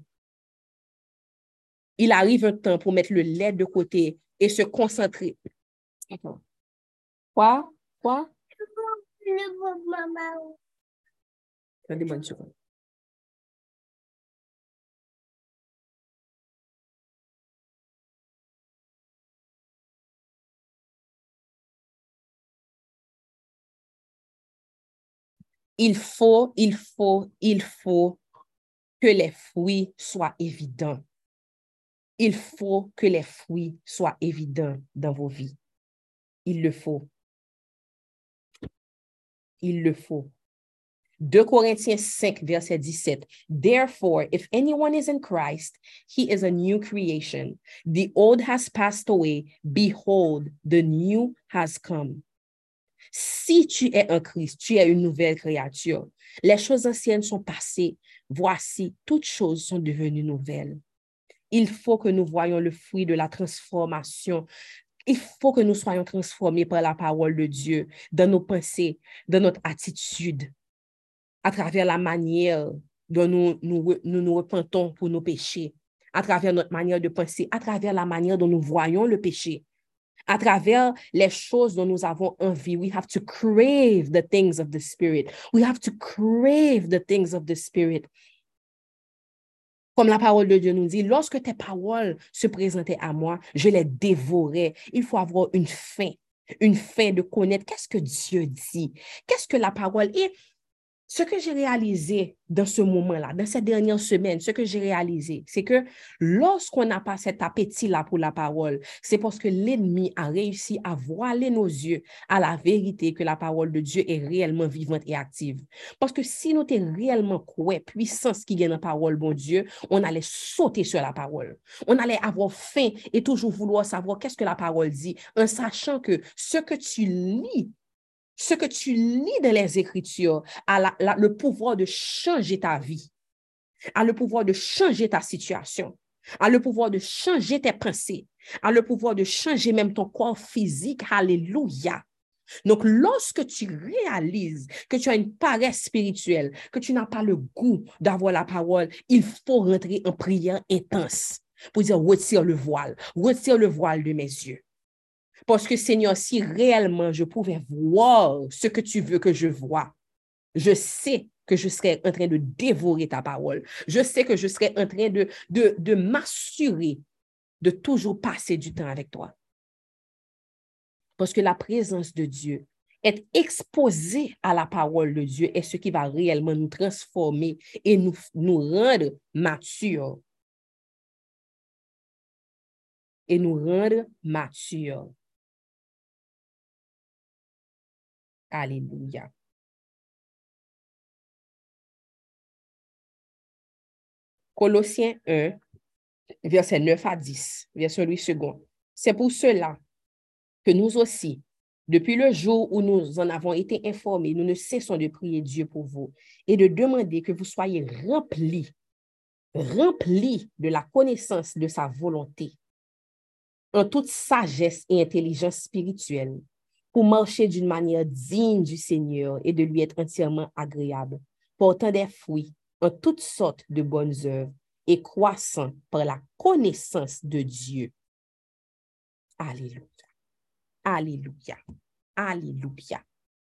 Speaker 1: Il arrive un temps pour mettre le lait de côté et se concentrer. Attends. Quoi? Quoi? Attendez-moi une seconde. Il faut, il faut, il faut que les fruits soient évidents. Il faut que les fruits soient évidents dans vos vies. Il le faut. Il le faut. deux Corinthiens cinq, verset dix-sept. Therefore, if anyone is in Christ, he is a new creation. The old has passed away. Behold, the new has come. Si tu es en Christ, tu es une nouvelle créature. Les choses anciennes sont passées. Voici, toutes choses sont devenues nouvelles. Il faut que nous voyions le fruit de la transformation. Il faut que nous soyons transformés par la parole de Dieu dans nos pensées, dans notre attitude, à travers la manière dont nous nous, nous nous repentons pour nos péchés, à travers notre manière de penser, à travers la manière dont nous voyons le péché, à travers les choses dont nous avons envie. We have to crave the things of the Spirit. We have to crave the things of the Spirit. Comme la parole de Dieu nous dit, lorsque tes paroles se présentaient à moi, je les dévorais. Il faut avoir une faim, une faim de connaître qu'est-ce que Dieu dit, qu'est-ce que la parole est. Ce que j'ai réalisé dans ce moment-là, dans cette dernière semaine, ce que j'ai réalisé, c'est que lorsqu'on n'a pas cet appétit-là pour la parole, c'est parce que l'ennemi a réussi à voiler nos yeux à la vérité que la parole de Dieu est réellement vivante et active. Parce que si nous étions réellement quoi, puissance qui gagne dans la parole, bon Dieu, on allait sauter sur la parole. On allait avoir faim et toujours vouloir savoir qu'est-ce que la parole dit, en sachant que ce que tu lis, ce que tu lis dans les Écritures a la, la, le pouvoir de changer ta vie, a le pouvoir de changer ta situation, a le pouvoir de changer tes pensées, a le pouvoir de changer même ton corps physique. Alléluia. Donc, lorsque tu réalises que tu as une paresse spirituelle, que tu n'as pas le goût d'avoir la parole, il faut rentrer en prière intense pour dire, retire le voile, retire le voile de mes yeux. Parce que Seigneur, si réellement je pouvais voir ce que tu veux que je voie, je sais que je serais en train de dévorer ta parole. Je sais que je serais en train de, de, de m'assurer de toujours passer du temps avec toi. Parce que la présence de Dieu, être exposé à la parole de Dieu est ce qui va réellement nous transformer et nous, nous rendre matures. Et nous rendre matures. Alléluia. Colossiens un, versets neuf à dix, version Louis second. C'est pour cela que nous aussi, depuis le jour où nous en avons été informés, nous ne cessons de prier Dieu pour vous et de demander que vous soyez remplis, remplis de la connaissance de sa volonté, en toute sagesse et intelligence spirituelle, pour marcher d'une manière digne du Seigneur et de lui être entièrement agréable, portant des fruits en toutes sortes de bonnes œuvres et croissant par la connaissance de Dieu. Alléluia. Alléluia. Alléluia.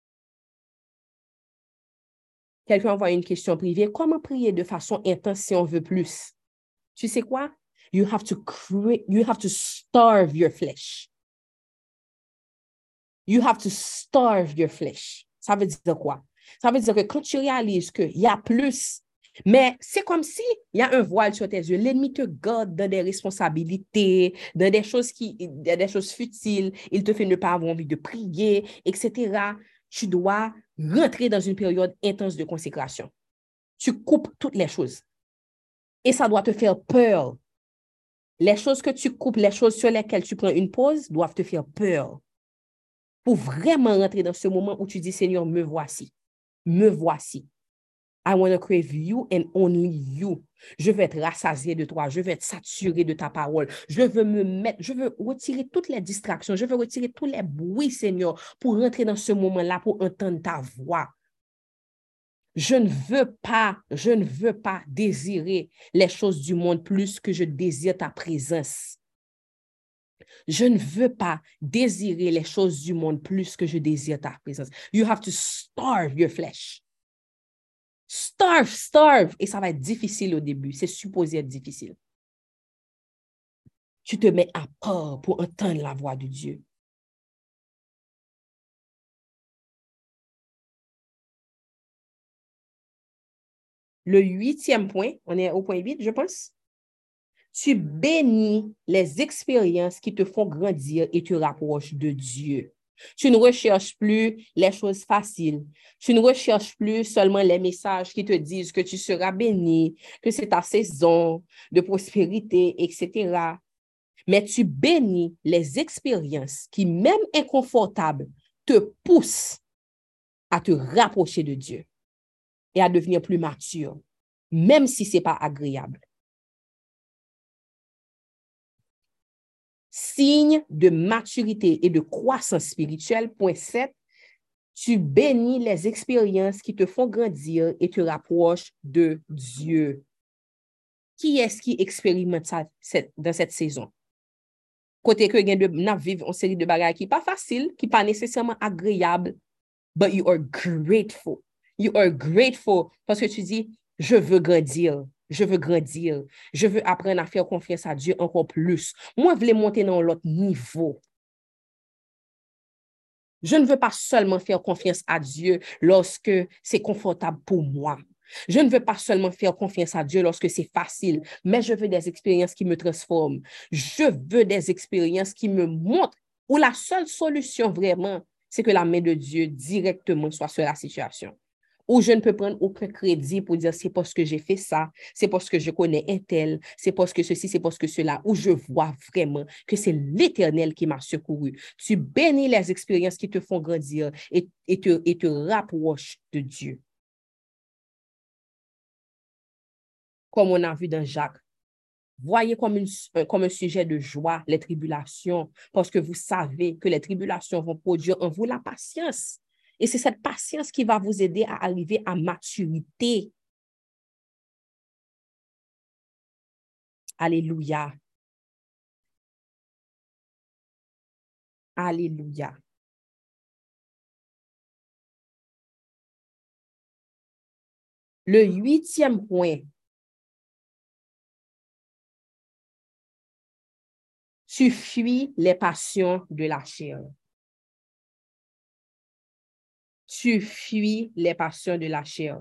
Speaker 1: Quelqu'un envoie une question privée. Comment prier de façon intense si on veut plus? Tu sais quoi? You have to create, you have to starve your flesh. You have to starve your flesh. Ça veut dire quoi? Ça veut dire que quand tu réalises qu'il y a plus, mais c'est comme si il y a un voile sur tes yeux. L'ennemi te garde dans des responsabilités, dans des choses qui, dans des choses futiles. Il te fait ne pas avoir envie de prier, et cetera. Tu dois rentrer dans une période intense de consécration. Tu coupes toutes les choses. Et ça doit te faire peur. Les choses que tu coupes, les choses sur lesquelles tu prends une pause, doivent te faire peur. Pour vraiment rentrer dans ce moment où tu dis, Seigneur, me voici. Me voici. I want to crave you and only you. Je veux être rassasié de toi. Je veux être saturé de ta parole. Je veux me mettre, je veux retirer toutes les distractions. Je veux retirer tous les bruits, Seigneur, pour rentrer dans ce moment-là, pour entendre ta voix. Je ne veux pas, je ne veux pas désirer les choses du monde plus que je désire ta présence. Je ne veux pas désirer les choses du monde plus que je désire ta présence. You have to starve your flesh. Starve, starve. Et ça va être difficile au début. C'est supposé être difficile. Tu te mets à part pour entendre la voix de Dieu. Le huitième point, on est au point huit, je pense. Tu bénis les expériences qui te font grandir et te rapprochent de Dieu. Tu ne recherches plus les choses faciles. Tu ne recherches plus seulement les messages qui te disent que tu seras béni, que c'est ta saison de prospérité, et cetera. Mais tu bénis les expériences qui, même inconfortables, te poussent à te rapprocher de Dieu et à devenir plus mature, même si ce n'est pas agréable. Signe de maturité et de croissance spirituelle, point sept, Tu bénis les expériences qui te font grandir et te rapprochent de Dieu. Qui est-ce qui expérimente ça cette, dans cette saison? Côté que gen de n'a vivre une série de bagages qui pas facile, qui pas nécessairement agréable, but you are grateful. You are grateful parce que tu dis, je veux grandir, je veux grandir, je veux apprendre à faire confiance à Dieu encore plus. Moi, je veux monter dans l'autre niveau. Je ne veux pas seulement faire confiance à Dieu lorsque c'est confortable pour moi. Je ne veux pas seulement faire confiance à Dieu lorsque c'est facile, mais je veux des expériences qui me transforment. Je veux des expériences qui me montrent où la seule solution vraiment, c'est que la main de Dieu directement soit sur la situation. Où je ne peux prendre aucun crédit pour dire c'est parce que j'ai fait ça, c'est parce que je connais un tel, c'est parce que ceci, c'est parce que cela, où je vois vraiment que c'est l'Éternel qui m'a secouru. Tu bénis les expériences qui te font grandir et, et, te, et te rapprochent de Dieu. Comme on a vu dans Jacques, voyez comme, une, comme un sujet de joie les tribulations, parce que vous savez que les tribulations vont produire en vous la patience. Et c'est cette patience qui va vous aider à arriver à maturité. Alléluia. Alléluia. Le huitième point. Tu fuis les passions de la chair. Tu fuis les passions de la chair.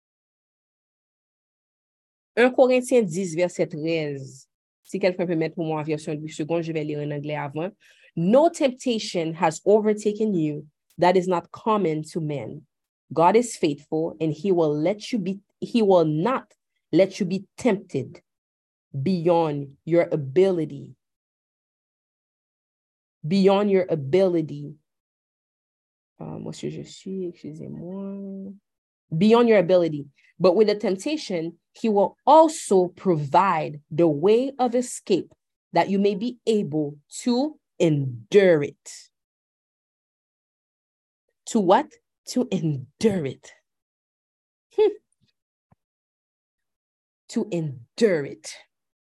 Speaker 1: un Corinthiens dix, verset treize. Si quelqu'un peut mettre pour moi en version de seconde, je vais lire en anglais avant. No temptation has overtaken you that is not common to men. God is faithful and he will let you be, he will not let you be tempted beyond your ability. Beyond your ability. Uh, moi, si je suis, excusez-moi. Beyond your ability. But with the temptation, he will also provide the way of escape that you may be able to endure it. To what? To endure it. Hmm. To endure it.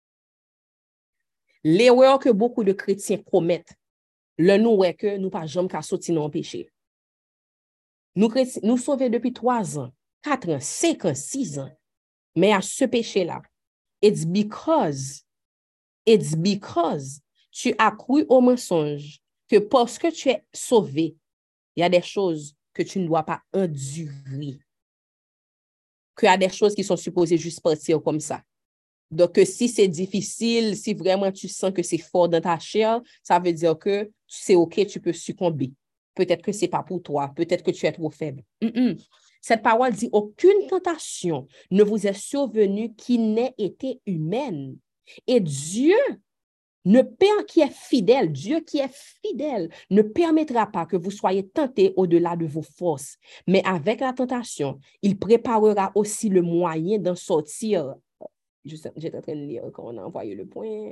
Speaker 1: L'erreur que beaucoup de chrétiens commettent, le nous est que nous pas jamais qu'à sortir dans le péché. Nous, nous sauvons depuis trois ans, quatre ans, cinq ans, six ans. Mais à ce péché-là, it's because, it's because tu as cru au mensonge que parce que tu es sauvé, il y a des choses que tu ne dois pas endurer. Qu'il y a des choses qui sont supposées juste partir comme ça. Donc, si c'est difficile, si vraiment tu sens que c'est fort dans ta chair, ça veut dire que c'est OK, tu peux succomber. Peut-être que ce n'est pas pour toi, peut-être que tu es trop faible. Mm-mm. Cette parole dit, aucune tentation ne vous est survenue qui n'ait été humaine. Et Dieu, ne per- qui est fidèle, Dieu qui est fidèle, ne permettra pas que vous soyez tentés au-delà de vos forces. Mais avec la tentation, il préparera aussi le moyen d'en sortir. J'étais en train de lire quand on a envoyé le point.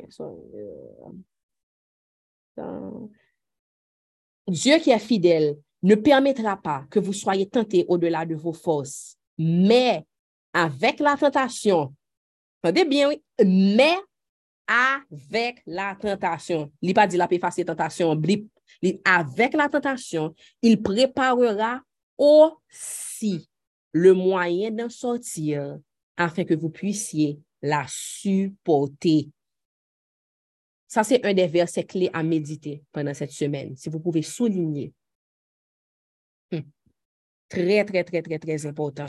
Speaker 1: Dieu qui est fidèle ne permettra pas que vous soyez tentés au-delà de vos forces. Mais avec la tentation, entendez bien, oui, mais avec la tentation, il n'a pas dit la paix face tentation, blip, avec la tentation, il préparera aussi le moyen d'en sortir afin que vous puissiez la supporter. Ça, c'est un des versets clés à méditer pendant cette semaine. Si vous pouvez souligner. Hum. Très, très, très, très, très important.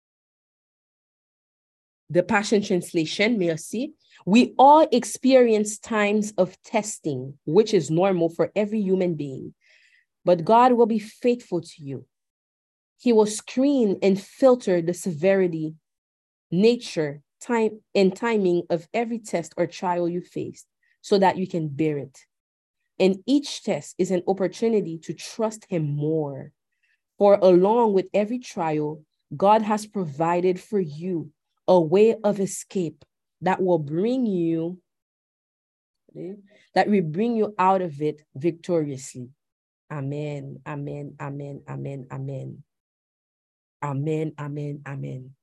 Speaker 1: The Passion Translation, merci. We all experience times of testing, which is normal for every human being. But God will be faithful to you. He will screen and filter the severity, nature, time, and timing of every test or trial you face so that you can bear it. And each test is an opportunity to trust him more. For along with every trial, God has provided for you a way of escape that will bring you, that will bring you out of it victoriously. Amen, amen, amen, amen, amen. Amen, amen, amen.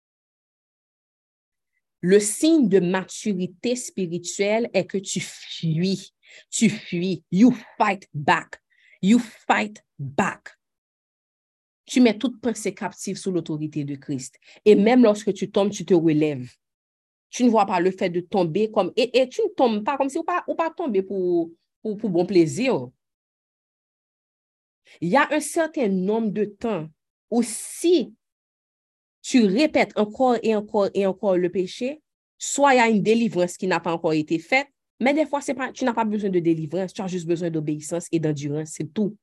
Speaker 1: Le signe de maturité spirituelle est que tu fuis. Tu fuis. You fight back. You fight back. Tu mets toute pensée captive sous l'autorité de Christ. Et même lorsque tu tombes, tu te relèves. Tu ne vois pas le fait de tomber comme... Et, et tu ne tombes pas comme si ou pas, ou pas tomber pour, pour, pour bon plaisir. Il y a un certain nombre de temps où si tu répètes encore et encore et encore le péché, soit il y a une délivrance qui n'a pas encore été faite, mais des fois, c'est pas, tu n'as pas besoin de délivrance, tu as juste besoin d'obéissance et d'endurance, c'est tout.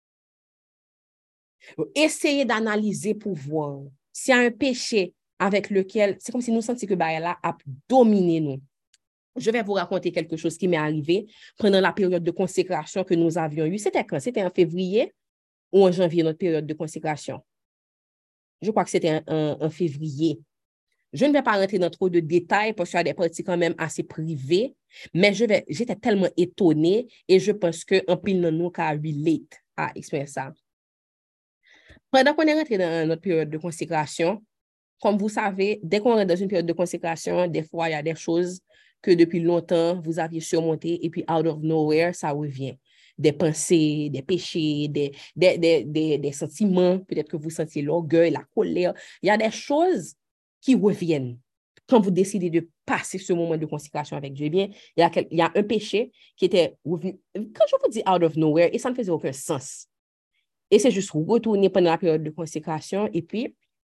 Speaker 1: Essayez d'analyser pour voir s'il y a un péché avec lequel, c'est comme si nous sentions que Baïla a dominé nous. Je vais vous raconter quelque chose qui m'est arrivé pendant la période de consécration que nous avions eue. C'était quand? C'était en février ou en janvier, notre période de consécration? Je crois que c'était en, en, en février. Je ne vais pas rentrer dans trop de détails parce qu'il y a des parties quand même assez privées, mais je vais, j'étais tellement étonnée et je pense qu'un pile de nous a relate à exprimer ça. Pendant qu'on est rentré dans notre période de consécration, comme vous savez, dès qu'on est dans une période de consécration, des fois, il y a des choses que depuis longtemps, vous aviez surmontées et puis out of nowhere, ça revient. Des pensées, des péchés, des, des, des, des, des sentiments, peut-être que vous sentiez l'orgueil, la colère. Il y a des choses qui reviennent quand vous décidez de passer ce moment de consécration avec Dieu. Eh bien, il y a, il y a un péché qui était revenu, quand je vous dis out of nowhere, et ça ne faisait aucun sens. Et c'est juste retourner pendant la période de consécration. Et puis,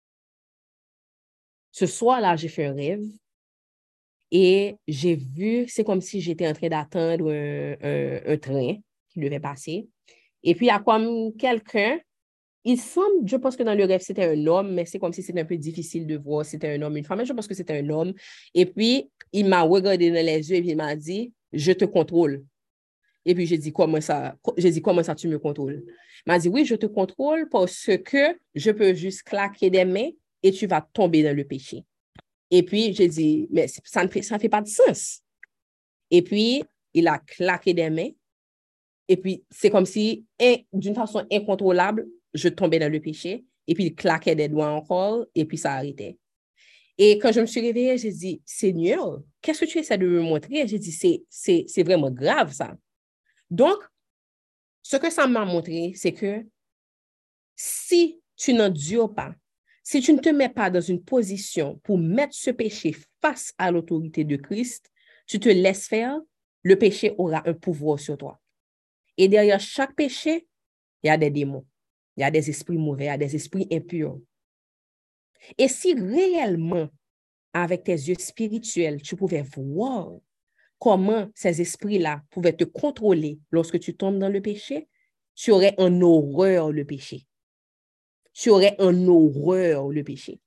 Speaker 1: ce soir-là, j'ai fait un rêve et j'ai vu, c'est comme si j'étais en train d'attendre un, un, un train qui devait passer. Et puis, il y a comme quelqu'un, il semble, je pense que dans le rêve, c'était un homme, mais c'est comme si c'était un peu difficile de voir si c'était un homme ou une femme, mais je pense que c'était un homme. Et puis, il m'a regardé dans les yeux et puis il m'a dit, je te contrôle. Et puis, j'ai dit, comment ça, j'ai dit, comment ça tu me contrôles? Il m'a dit, oui, je te contrôle parce que je peux juste claquer des mains et tu vas tomber dans le péché. Et puis, j'ai dit, mais ça ne fait, ça fait pas de sens. Et puis, il a claqué des mains. Et puis, c'est comme si, d'une façon incontrôlable, je tombais dans le péché. Et puis, il claquait des doigts encore. Et puis, ça arrêtait. Et quand je me suis réveillée, j'ai dit, Seigneur, qu'est-ce que tu essaies de me montrer? J'ai dit, c'est, c'est, c'est vraiment grave, ça. Donc, ce que ça m'a montré, c'est que si tu n'endures pas, si tu ne te mets pas dans une position pour mettre ce péché face à l'autorité de Christ, tu te laisses faire, le péché aura un pouvoir sur toi. Et derrière chaque péché, il y a des démons, il y a des esprits mauvais, il y a des esprits impurs. Et si réellement, avec tes yeux spirituels, tu pouvais voir comment ces esprits-là pouvaient te contrôler lorsque tu tombes dans le péché, tu aurais en horreur le péché. Tu aurais en horreur le péché.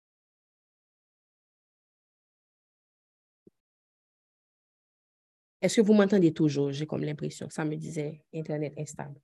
Speaker 1: Est-ce que vous m'entendez toujours? J'ai comme l'impression que ça me disait Internet instable.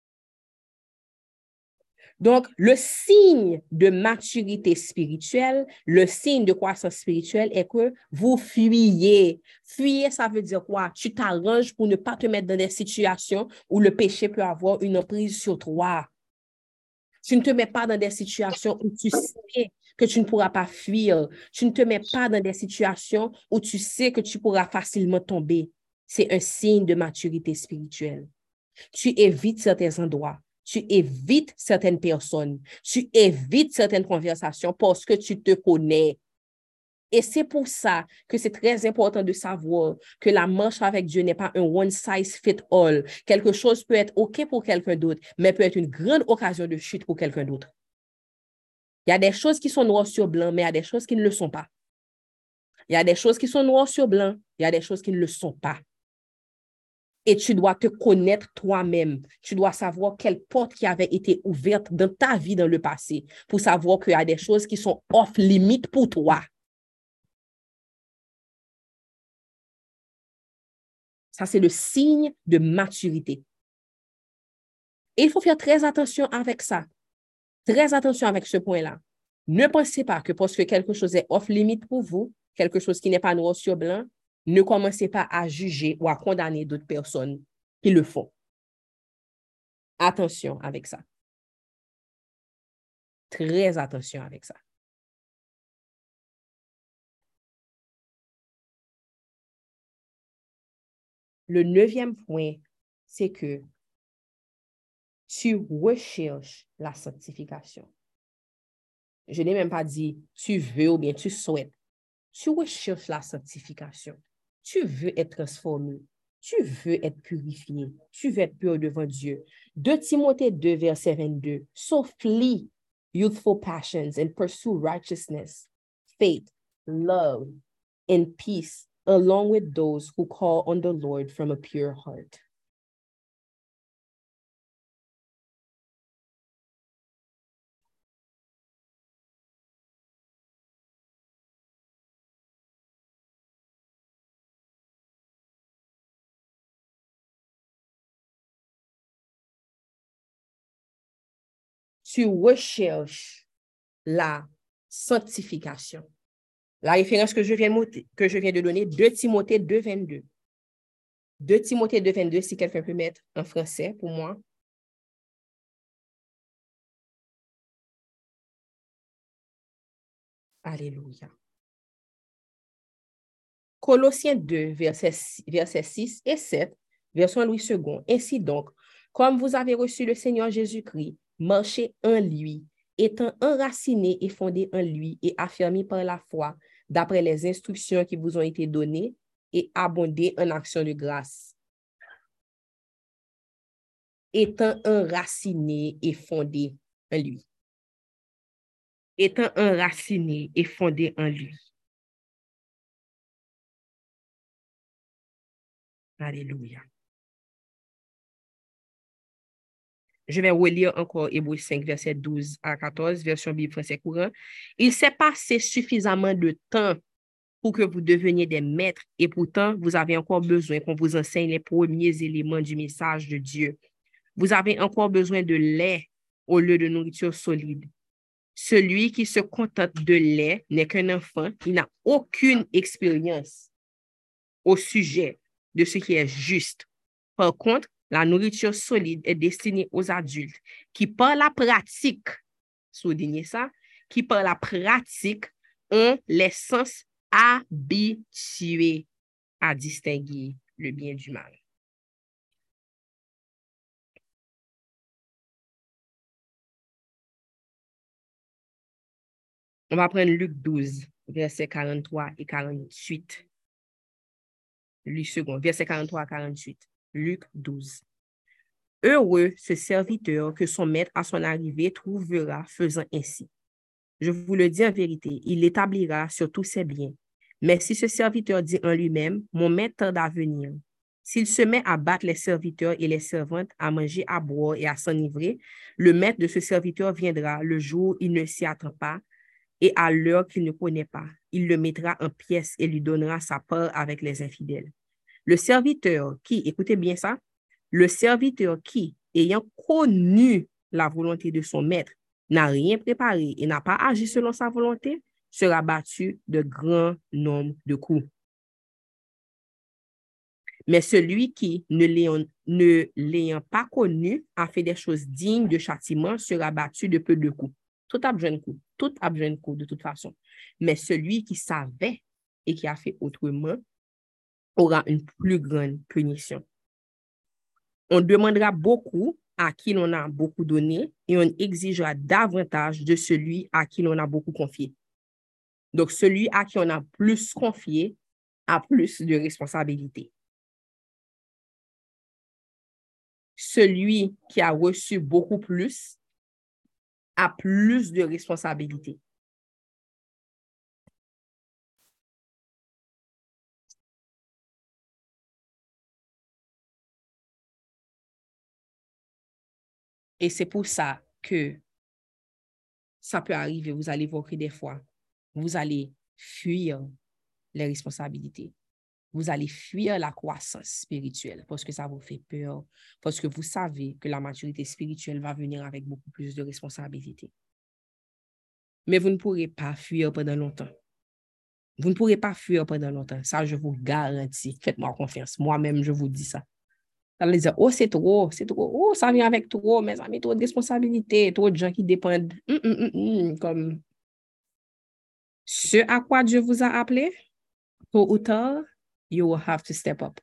Speaker 1: Donc, le signe de maturité spirituelle, le signe de croissance spirituelle est que vous fuyez. Fuyer, ça veut dire quoi? Tu t'arranges pour ne pas te mettre dans des situations où le péché peut avoir une emprise sur toi. Tu ne te mets pas dans des situations où tu sais que tu ne pourras pas fuir. Tu ne te mets pas dans des situations où tu sais que tu pourras facilement tomber. C'est un signe de maturité spirituelle. Tu évites certains endroits. Tu évites certaines personnes. Tu évites certaines conversations parce que tu te connais. Et c'est pour ça que c'est très important de savoir que la marche avec Dieu n'est pas un one size fit all. Quelque chose peut être OK pour quelqu'un d'autre, mais peut être une grande occasion de chute pour quelqu'un d'autre. Il y a des choses qui sont noires sur blanc, mais il y a des choses qui ne le sont pas. Il y a des choses qui sont noires sur blanc, il y a des choses qui ne le sont pas. Et tu dois te connaître toi-même. Tu dois savoir quelle porte qui avait été ouverte dans ta vie dans le passé pour savoir qu'il y a des choses qui sont off-limite pour toi. Ça, c'est le signe de maturité. Et il faut faire très attention avec ça. Très attention avec ce point-là. Ne pensez pas que parce que quelque chose est off-limite pour vous, quelque chose qui n'est pas noir sur blanc, ne commencez pas à juger ou à condamner d'autres personnes qui le font. Attention avec ça. Très attention avec ça. Le neuvième point, c'est que tu recherches la sanctification. Je n'ai même pas dit tu veux ou bien tu souhaites. Tu recherches la sanctification. Tu veux être transformé. Tu veux être purifié. Tu veux être pur devant Dieu. deux Timothée deux, verset vingt-deux. So flee youthful passions and pursue righteousness, faith, love, and peace, along with those who call on the Lord from a pure heart. Tu recherches la sanctification. La référence que je viens de, que je viens de donner, deux Timothée deux, vingt-deux. deux Timothée deux, vingt-deux, si quelqu'un peut mettre en français pour moi. Alléluia. Colossiens deux, versets verset six et sept, version Louis second. Ainsi donc, comme vous avez reçu le Seigneur Jésus-Christ, marchez en lui, étant enracinés et fondés en lui et affermis par la foi, d'après les instructions qui vous ont été données, et abondez en actions de grâce. Étant enracinés et fondés en lui. Étant enracinés et fondés en lui. Alléluia. Je vais relire encore Hébreux cinq, verset douze à quatorze, version Bible français courant. Il s'est passé suffisamment de temps pour que vous deveniez des maîtres et pourtant, vous avez encore besoin qu'on vous enseigne les premiers éléments du message de Dieu. Vous avez encore besoin de lait au lieu de nourriture solide. Celui qui se contente de lait n'est qu'un enfant, il n'a aucune expérience au sujet de ce qui est juste. Par contre, la nourriture solide est destinée aux adultes qui, par la pratique, soulignez ça, qui, par la pratique, ont les sens habitués à distinguer le bien du mal. On va prendre Luc douze, versets quarante-trois et quarante-huit. Luc second, verset quarante-trois à quarante-huit. Luc douze. Heureux ce serviteur que son maître à son arrivée trouvera faisant ainsi. Je vous le dis en vérité, il l'établira sur tous ses biens. Mais si ce serviteur dit en lui-même, mon maître tarde à venir, s'il se met à battre les serviteurs et les servantes, à manger, à boire et à s'enivrer, le maître de ce serviteur viendra le jour où il ne s'y attend pas et à l'heure qu'il ne connaît pas. Il le mettra en pièces et lui donnera sa part avec les infidèles. Le serviteur qui, écoutez bien ça, le serviteur qui, ayant connu la volonté de son maître, n'a rien préparé et n'a pas agi selon sa volonté, sera battu de grands nombres de coups. Mais celui qui, ne l'ayant, ne l'ayant pas connu, a fait des choses dignes de châtiment, sera battu de peu de coups. Tout a besoin de coups. Tout a besoin de coups, de toute façon. Mais celui qui savait et qui a fait autrement aura une plus grande punition. On demandera beaucoup à qui l'on a beaucoup donné et on exigera davantage de celui à qui l'on a beaucoup confié. Donc, celui à qui on a plus confié a plus de responsabilités. Celui qui a reçu beaucoup plus a plus de responsabilités. Et c'est pour ça que ça peut arriver, vous allez voir que des fois, vous allez fuir les responsabilités. Vous allez fuir la croissance spirituelle parce que ça vous fait peur, parce que vous savez que la maturité spirituelle va venir avec beaucoup plus de responsabilités. Mais vous ne pourrez pas fuir pendant longtemps. Vous ne pourrez pas fuir pendant longtemps. Ça, je vous garantis. Faites-moi confiance. Moi-même, je vous dis ça. Ça veut dire, oh, c'est trop, c'est trop, oh, ça vient avec trop, mes amis, trop de responsabilités, trop de gens qui dépendent. Hum, hum, hum, hum, comme ce à quoi Dieu vous a appelé, tôt ou tard, you will have to step up.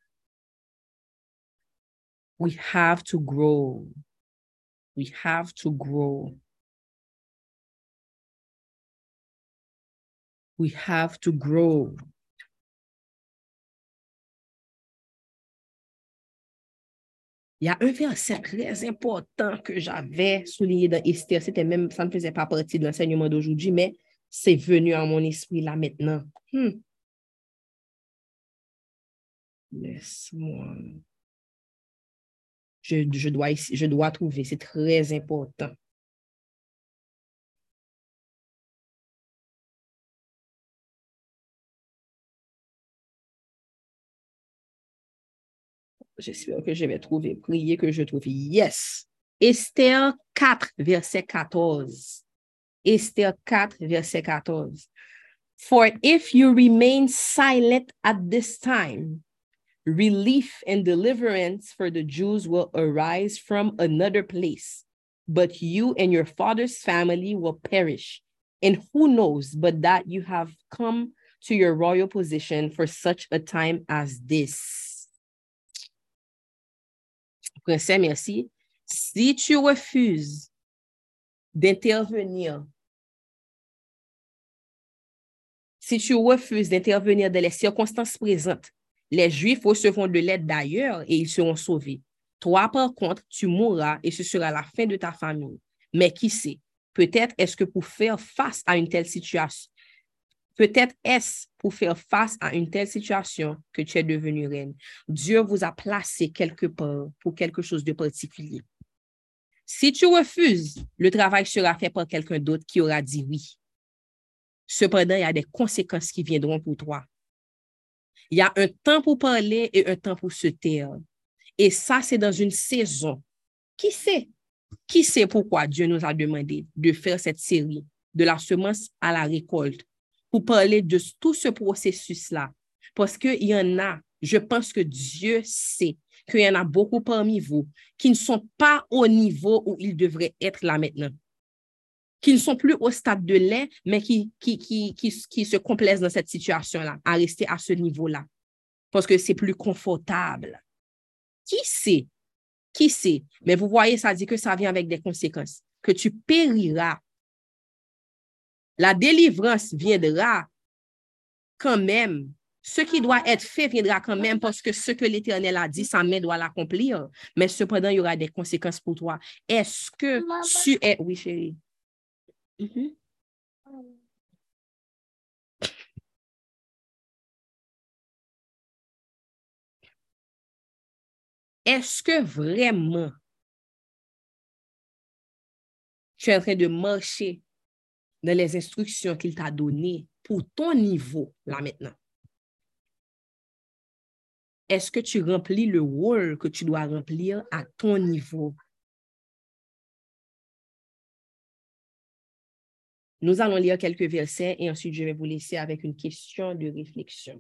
Speaker 1: We have to grow. We have to grow. We have to grow. Il y a un verset très important que j'avais souligné dans Esther. C'était même, ça ne faisait pas partie de l'enseignement d'aujourd'hui, mais c'est venu à mon esprit là maintenant. Hmm. Laisse-moi. Je, je, dois, je dois trouver, c'est très important. J'espère que je vais trouver. Priez que je trouve. Yes. Esther quatre, verset quatorze. Esther quatre, verset quatorze. For if you remain silent at this time, relief and deliverance for the Jews will arise from another place, but you and your father's family will perish. And who knows but that you have come to your royal position for such a time as this. Prince, merci. Si tu refuses d'intervenir, si tu refuses d'intervenir dans les circonstances présentes, les Juifs recevront de l'aide d'ailleurs et ils seront sauvés. Toi, par contre, tu mourras et ce sera la fin de ta famille. Mais qui sait, peut-être est-ce que pour faire face à une telle situation, peut-être est-ce pour faire face à une telle situation que tu es devenue reine. Dieu vous a placé quelque part pour quelque chose de particulier. Si tu refuses, le travail sera fait par quelqu'un d'autre qui aura dit oui. Cependant, il y a des conséquences qui viendront pour toi. Il y a un temps pour parler et un temps pour se taire. Et ça, c'est dans une saison. Qui sait? Qui sait pourquoi Dieu nous a demandé de faire cette série, de la semence à la récolte, pour parler de tout ce processus-là. Parce qu'il y en a, je pense que Dieu sait qu'il y en a beaucoup parmi vous qui ne sont pas au niveau où ils devraient être là maintenant. Qui ne sont plus au stade de lait, mais qui, qui, qui, qui, qui se complaisent dans cette situation-là, à rester à ce niveau-là. Parce que c'est plus confortable. Qui sait? Qui sait? Mais vous voyez, ça dit que ça vient avec des conséquences. Que tu périras. La délivrance viendra quand même. Ce qui doit être fait viendra quand même parce que ce que l'Éternel a dit, sa main doit l'accomplir. Mais cependant, il y aura des conséquences pour toi. Est-ce que Maman. tu es... Oui, chérie. Mm-hmm. Est-ce que vraiment tu es en train de marcher dans les instructions qu'il t'a données pour ton niveau, là maintenant? Est-ce que tu remplis le rôle que tu dois remplir à ton niveau? Nous allons lire quelques versets et ensuite je vais vous laisser avec une question de réflexion.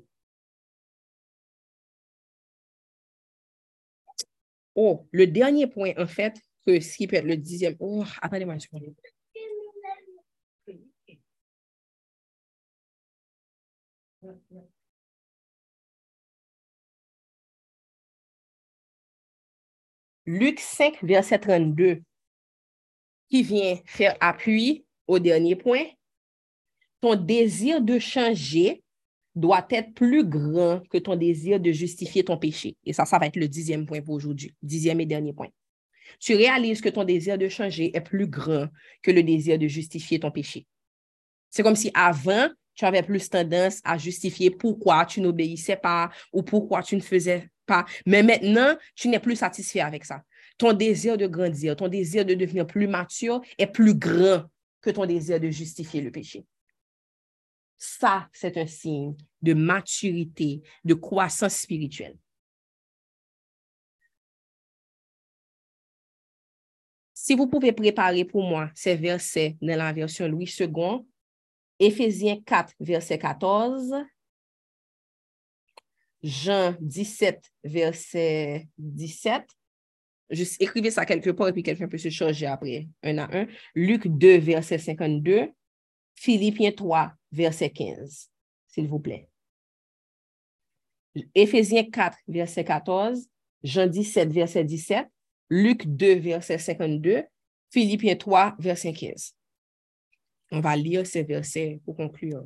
Speaker 1: Oh, le dernier point, en fait, que ce qui peut être le dixième. Oh, attendez-moi une seconde. Luc cinq, verset trente-deux, qui vient faire appui au dernier point. Ton désir de changer doit être plus grand que ton désir de justifier ton péché. Et ça, ça va être le dixième point pour aujourd'hui. Dixième et dernier point. Tu réalises que ton désir de changer est plus grand que le désir de justifier ton péché. C'est comme si avant, tu avais plus tendance à justifier pourquoi tu n'obéissais pas ou pourquoi tu ne faisais pas. Mais maintenant, tu n'es plus satisfait avec ça. Ton désir de grandir, ton désir de devenir plus mature est plus grand que ton désir de justifier le péché. Ça, c'est un signe de maturité, de croissance spirituelle. Si vous pouvez préparer pour moi ces versets dans la version Louis second, Éphésiens quatre, verset quatorze, Jean dix-sept, verset dix-sept. Juste écrivez ça quelque part et puis quelqu'un peut se charger après, un à un. Luc deux, verset cinquante-deux. Philippiens trois, verset quinze, s'il vous plaît. Éphésiens quatre, verset quatorze. Jean dix-sept, verset dix-sept. Luc deux, verset cinquante-deux. Philippiens trois, verset quinze. On va lire ces versets pour conclure.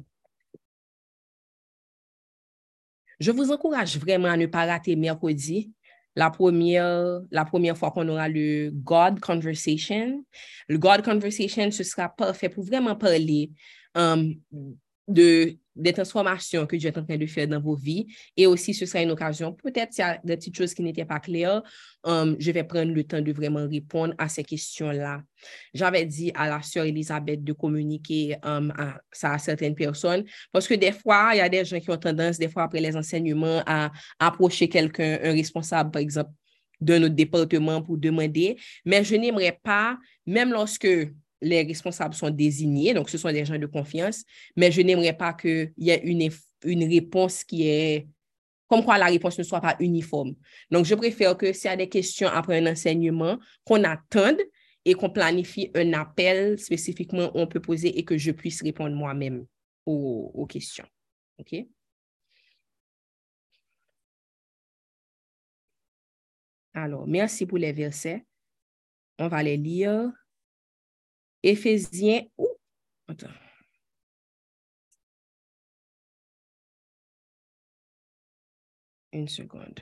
Speaker 1: Je vous encourage vraiment à ne pas rater mercredi, la première, la première fois qu'on aura le God Conversation. Le God Conversation, ce sera parfait pour vraiment parler um, de, des transformations que Dieu est en train de faire dans vos vies. Et aussi, ce sera une occasion, peut-être s'il y a des petites choses qui n'étaient pas claires, um, je vais prendre le temps de vraiment répondre à ces questions-là. J'avais dit à la sœur Elisabeth de communiquer um, à, ça à certaines personnes, parce que des fois, il y a des gens qui ont tendance, des fois après les enseignements, à, à approcher quelqu'un, un responsable, par exemple, de notre département pour demander, mais je n'aimerais pas, même lorsque les responsables sont désignés, donc ce sont des gens de confiance, mais je n'aimerais pas qu'il y ait une, une réponse qui est, comme quoi la réponse ne soit pas uniforme. Donc, je préfère que s'il y a des questions après un enseignement, qu'on attende et qu'on planifie un appel spécifiquement où on peut poser et que je puisse répondre moi-même aux, aux questions. OK? Alors, merci pour les versets. On va les lire. Éphésiens... Oh, attends. Une seconde.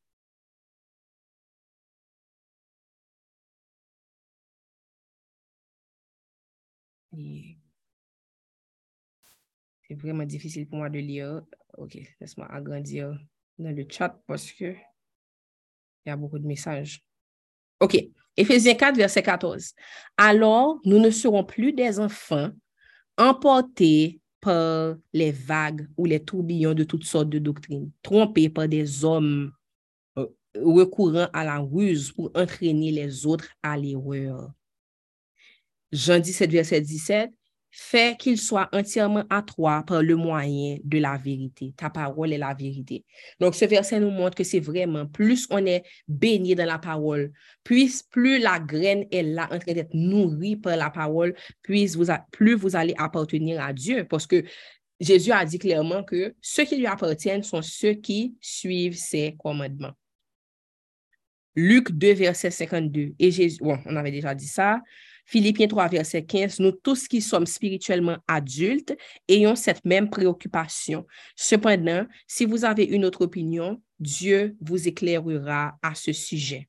Speaker 1: C'est vraiment difficile pour moi de lire. OK, laisse-moi agrandir dans le chat parce que il y a beaucoup de messages. OK, Éphésiens quatre, verset quatorze. Alors, nous ne serons plus des enfants emportés par les vagues ou les tourbillons de toutes sortes de doctrines, trompés par des hommes euh, recourant à la ruse pour entraîner les autres à l'erreur. Jean dix-sept, verset dix-sept, fait qu'il soit entièrement à toi par le moyen de la vérité. Ta parole est la vérité. Donc, ce verset nous montre que c'est vraiment, plus on est baigné dans la parole, plus, plus la graine est là en train d'être nourrie par la parole, plus vous, a, plus vous allez appartenir à Dieu. Parce que Jésus a dit clairement que ceux qui lui appartiennent sont ceux qui suivent ses commandements. Luc deux, verset cinquante-deux. Et Jésus, bon, on avait déjà dit ça. Philippiens trois, verset quinze, nous tous qui sommes spirituellement adultes ayons cette même préoccupation. Cependant, si vous avez une autre opinion, Dieu vous éclairera à ce sujet.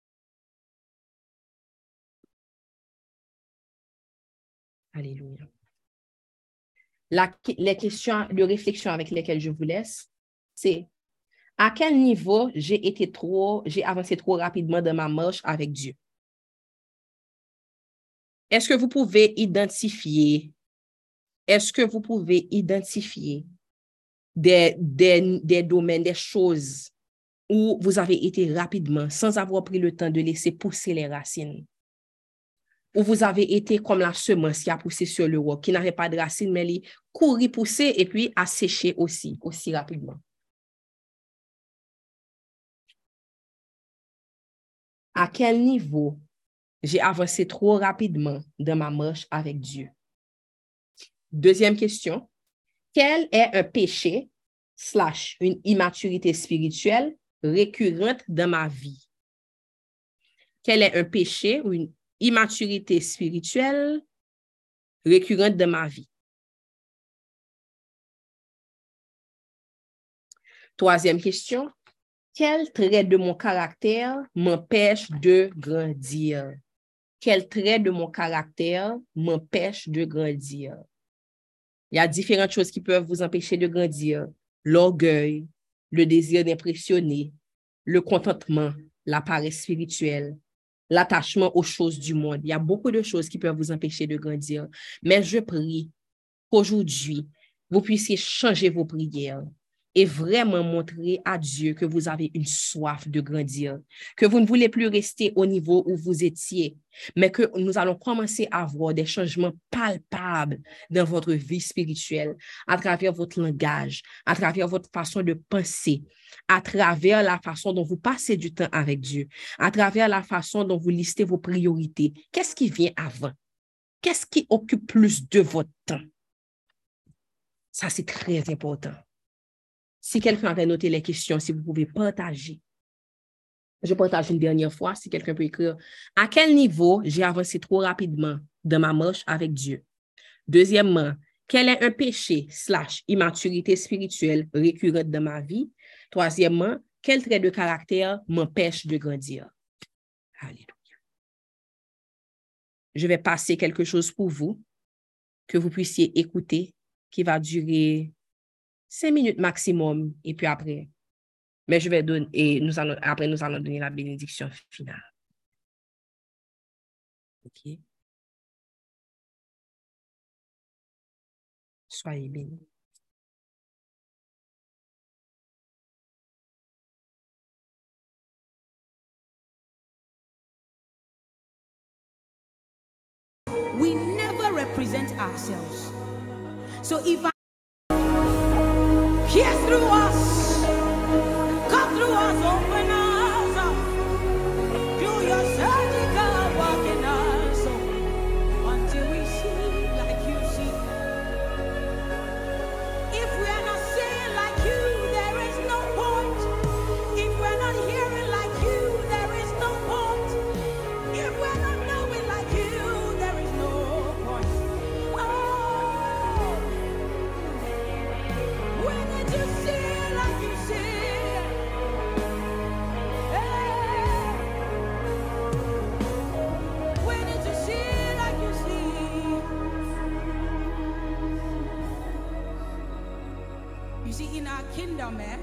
Speaker 1: Alléluia. La, les questions de réflexion avec lesquelles je vous laisse, c'est à quel niveau j'ai été trop, j'ai avancé trop rapidement dans ma marche avec Dieu? Est-ce que vous pouvez identifier, est-ce que vous pouvez identifier des, des, des domaines, des choses où vous avez été rapidement, sans avoir pris le temps de laisser pousser les racines? Où vous avez été comme la semence qui a poussé sur le roc, qui n'avait pas de racines, mais elle courit, pousser et puis a séché aussi, aussi rapidement. À quel niveau j'ai avancé trop rapidement dans ma marche avec Dieu? Deuxième question, quel est un péché slash une immaturité spirituelle récurrente dans ma vie? Quel est un péché ou une immaturité spirituelle récurrente dans ma vie? Troisième question, quel trait de mon caractère m'empêche de grandir? Quel trait de mon caractère m'empêche de grandir? Il y a différentes choses qui peuvent vous empêcher de grandir. L'orgueil, le désir d'impressionner, le contentement, la paresse spirituelle, l'attachement aux choses du monde. Il y a beaucoup de choses qui peuvent vous empêcher de grandir. Mais je prie qu'aujourd'hui, vous puissiez changer vos prières et vraiment montrer à Dieu que vous avez une soif de grandir, que vous ne voulez plus rester au niveau où vous étiez, mais que nous allons commencer à voir des changements palpables dans votre vie spirituelle, à travers votre langage, à travers votre façon de penser, à travers la façon dont vous passez du temps avec Dieu, à travers la façon dont vous listez vos priorités. Qu'est-ce qui vient avant? Qu'est-ce qui occupe plus de votre temps? Ça, c'est très important. Si quelqu'un avait noté les questions, si vous pouvez partager. Je partage une dernière fois, si quelqu'un peut écrire. À quel niveau j'ai avancé trop rapidement dans ma marche avec Dieu? Deuxièmement, quel est un péché slash immaturité spirituelle récurrente dans ma vie? Troisièmement, quel trait de caractère m'empêche de grandir? Alléluia. Je vais passer quelque chose pour vous, que vous puissiez écouter, qui va durer cinq minutes maximum, et puis après, mais je vais donner, et nous allons, après nous allons donner la bénédiction finale. OK? Soyez bénis.
Speaker 4: We never represent ourselves. So if I hear through us, come through us, open us up, do your surgical work in us until we see like you see. If we are not seeing like you, there is no point. If we're not hearing like you, there is no point. If we're not knowing like you, there is no point. Oh, we need to see like you see. Hey. We need to see like you see. You see, in our kingdom, man,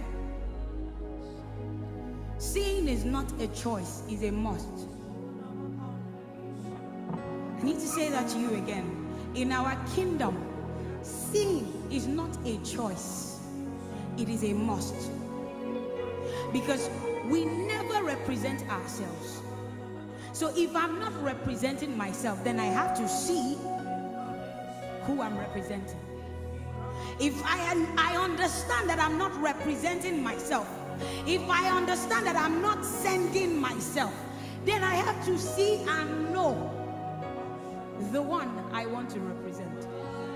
Speaker 4: seeing is not a choice, it's a must. I need to say that to you again. In our kingdom, seeing is not a choice, it is a must. Because we never represent ourselves. So if I'm not representing myself, then I have to see who I'm representing. If I, am, I understand that I'm not representing myself, if I understand that I'm not sending myself, then I have to see and know the one I want to represent.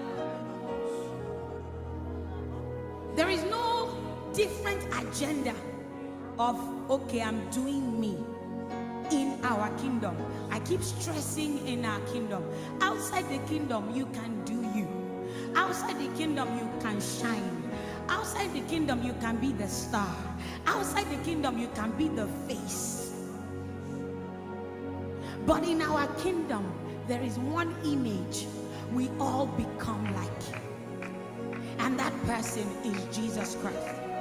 Speaker 4: There is no different agenda of, okay, I'm doing me in our kingdom. I keep stressing in our kingdom. Outside the kingdom, you can do you. Outside the kingdom, you can shine. Outside the kingdom, you can be the star. Outside the kingdom, you can be the face. But in our kingdom, there is one image we all become like. And that person is Jesus Christ.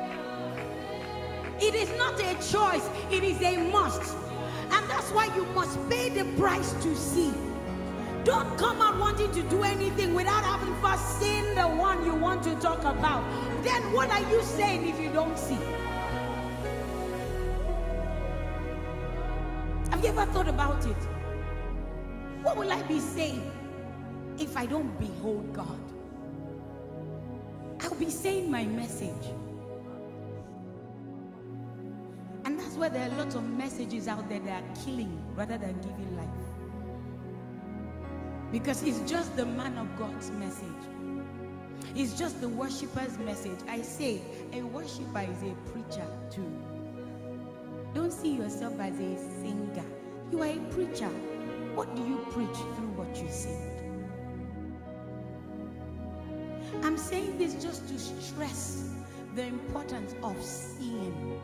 Speaker 4: It is not a choice, it is a must. And that's why you must pay the price to see. Don't come out wanting to do anything without having first seen the one you want to talk about. Then what are you saying if you don't see? Have you ever thought about it? What will I be saying if I don't behold God? I'll be saying my message. And that's why there are lots of messages out there that are killing rather than giving life. Because it's just the man of God's message. It's just the worshiper's message. I say a worshiper is a preacher too. Don't see yourself as a singer. You are a preacher. What do you preach through what you sing? I'm saying this just to stress the importance of seeing.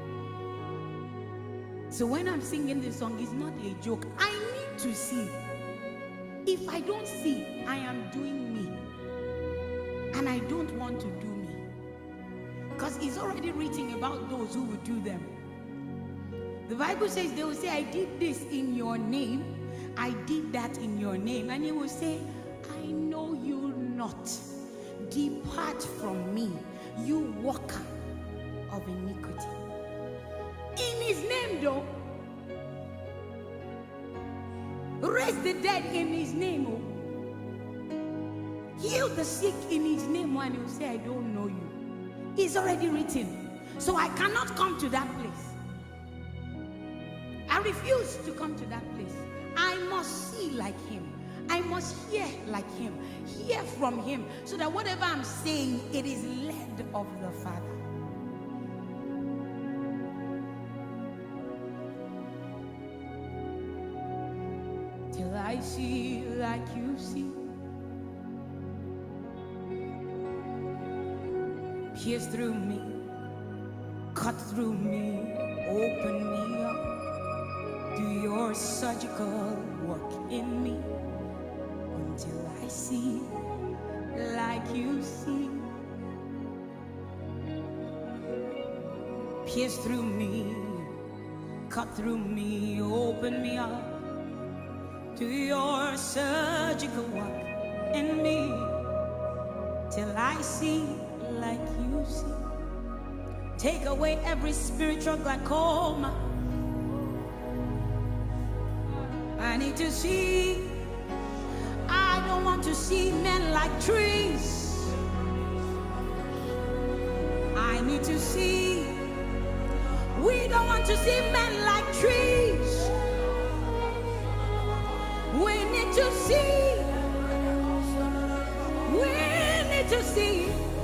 Speaker 4: So when I'm singing this song, it's not a joke. I need to see. If I don't see, I am doing me. And I don't want to do me. Because it's already written about those who will do them. The Bible says, they will say, I did this in your name. I did that in your name. And he will say, I know you not. Depart from me, you walker of iniquity. In his name, though. Raise the dead in his name, oh. Heal the sick in his name, and he'll say, I don't know you. It's already written. So I cannot come to that place. I refuse to come to that place. I must see like him. I must hear like him. Hear from him. So that whatever I'm saying, it is led of the Father. Till I see like you see. Pierce through me, cut through me, open me up. Do your surgical work in me until I see like you see. Pierce through me, cut through me, open me up. Do your surgical work in me till I see like you see. Take away every spiritual glaucoma. I need to see. I don't want to see men like trees. I need to see. We don't want to see men like trees. We need to see. We need to see.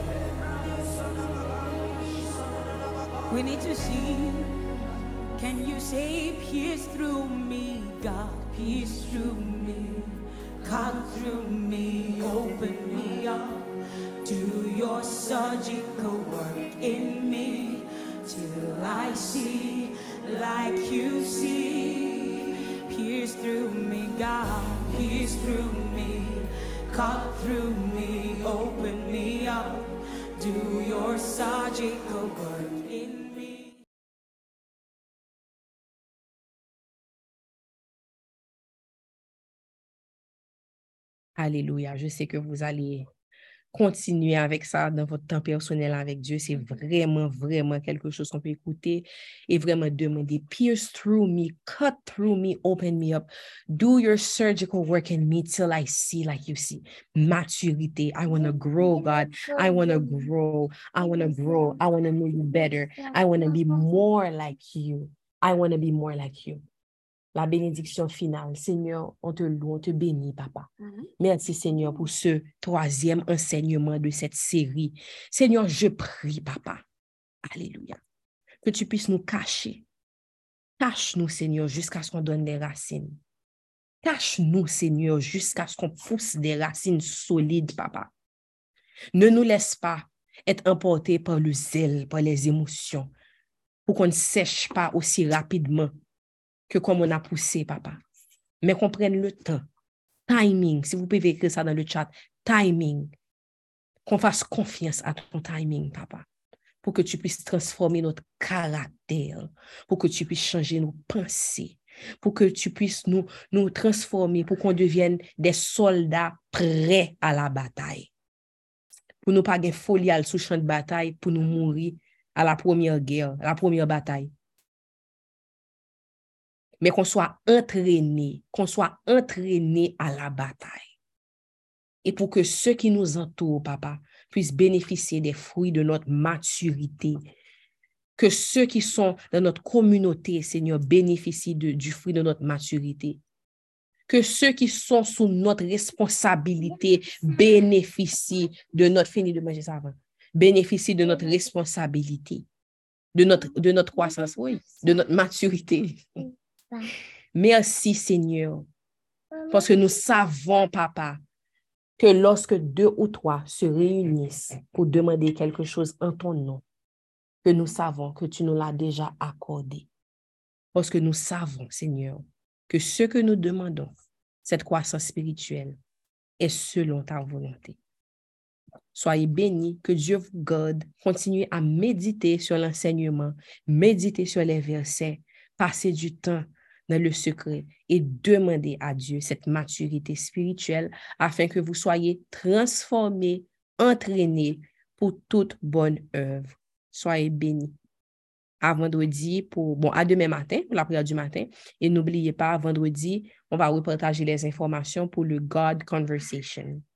Speaker 4: We need to see. Can you say, pierce through me, God, pierce through me, cut through me, open me up. Do your surgical work in me till I see like you see. Pierce through me, God, pierce through me, cut through me, open me up. Do your surgical work in me.
Speaker 1: Alléluia. Je sais que vous allez continuer avec ça dans votre temps personnel avec Dieu. C'est vraiment, vraiment quelque chose qu'on peut écouter et vraiment demander. Pierce through me, cut through me, open me up. Do your surgical work in me till I see like you see. Maturité. I want to grow, God. I want to grow. I want to grow. I want to know you better. I want to be more like you. I want to be more like you. La bénédiction finale. Seigneur, on te loue, on te bénit, papa. Mm-hmm. Merci, Seigneur, pour ce troisième enseignement de cette série. Seigneur, je prie, papa. Alléluia. Que tu puisses nous cacher. Cache-nous, Seigneur, jusqu'à ce qu'on donne des racines. Cache-nous, Seigneur, jusqu'à ce qu'on pousse des racines solides, papa. Ne nous laisse pas être emportés par le zèle, par les émotions, pour qu'on ne sèche pas aussi rapidement que comme on a poussé, papa. Mais qu'on prenne le temps. Timing, si vous pouvez écrire ça dans le chat. Timing. Qu'on fasse confiance à ton timing, papa. Pour que tu puisses transformer notre caractère. Pour que tu puisses changer nos pensées. Pour que tu puisses nous, nous transformer. Pour qu'on devienne des soldats prêts à la bataille. Pour nous pas de folie à sous champ de bataille. Pour nous mourir à la première guerre, à la première bataille. Mais qu'on soit entraîné, qu'on soit entraîné à la bataille. Et pour que ceux qui nous entourent, papa, puissent bénéficier des fruits de notre maturité. Que ceux qui sont dans notre communauté, Seigneur, bénéficient de, du fruit de notre maturité. Que ceux qui sont sous notre responsabilité bénéficient de notre, fini de manger ça avant, bénéficient de notre responsabilité, de notre, de notre croissance, oui, de notre maturité. Merci, Seigneur, parce que nous savons, papa, que lorsque deux ou trois se réunissent pour demander quelque chose en ton nom, que nous savons que tu nous l'as déjà accordé. Parce que nous savons, Seigneur, que ce que nous demandons, cette croissance spirituelle, est selon ta volonté. Soyez bénis, que Dieu vous garde. Continuez à méditer sur l'enseignement, méditer sur les versets, passer du temps dans le secret et demander à Dieu cette maturité spirituelle afin que vous soyez transformés, entraînés pour toute bonne œuvre. Soyez bénis. À vendredi pour, bon, à demain matin, pour la prière du matin. Et n'oubliez pas, vendredi, on va repartager les informations pour le God Conversation.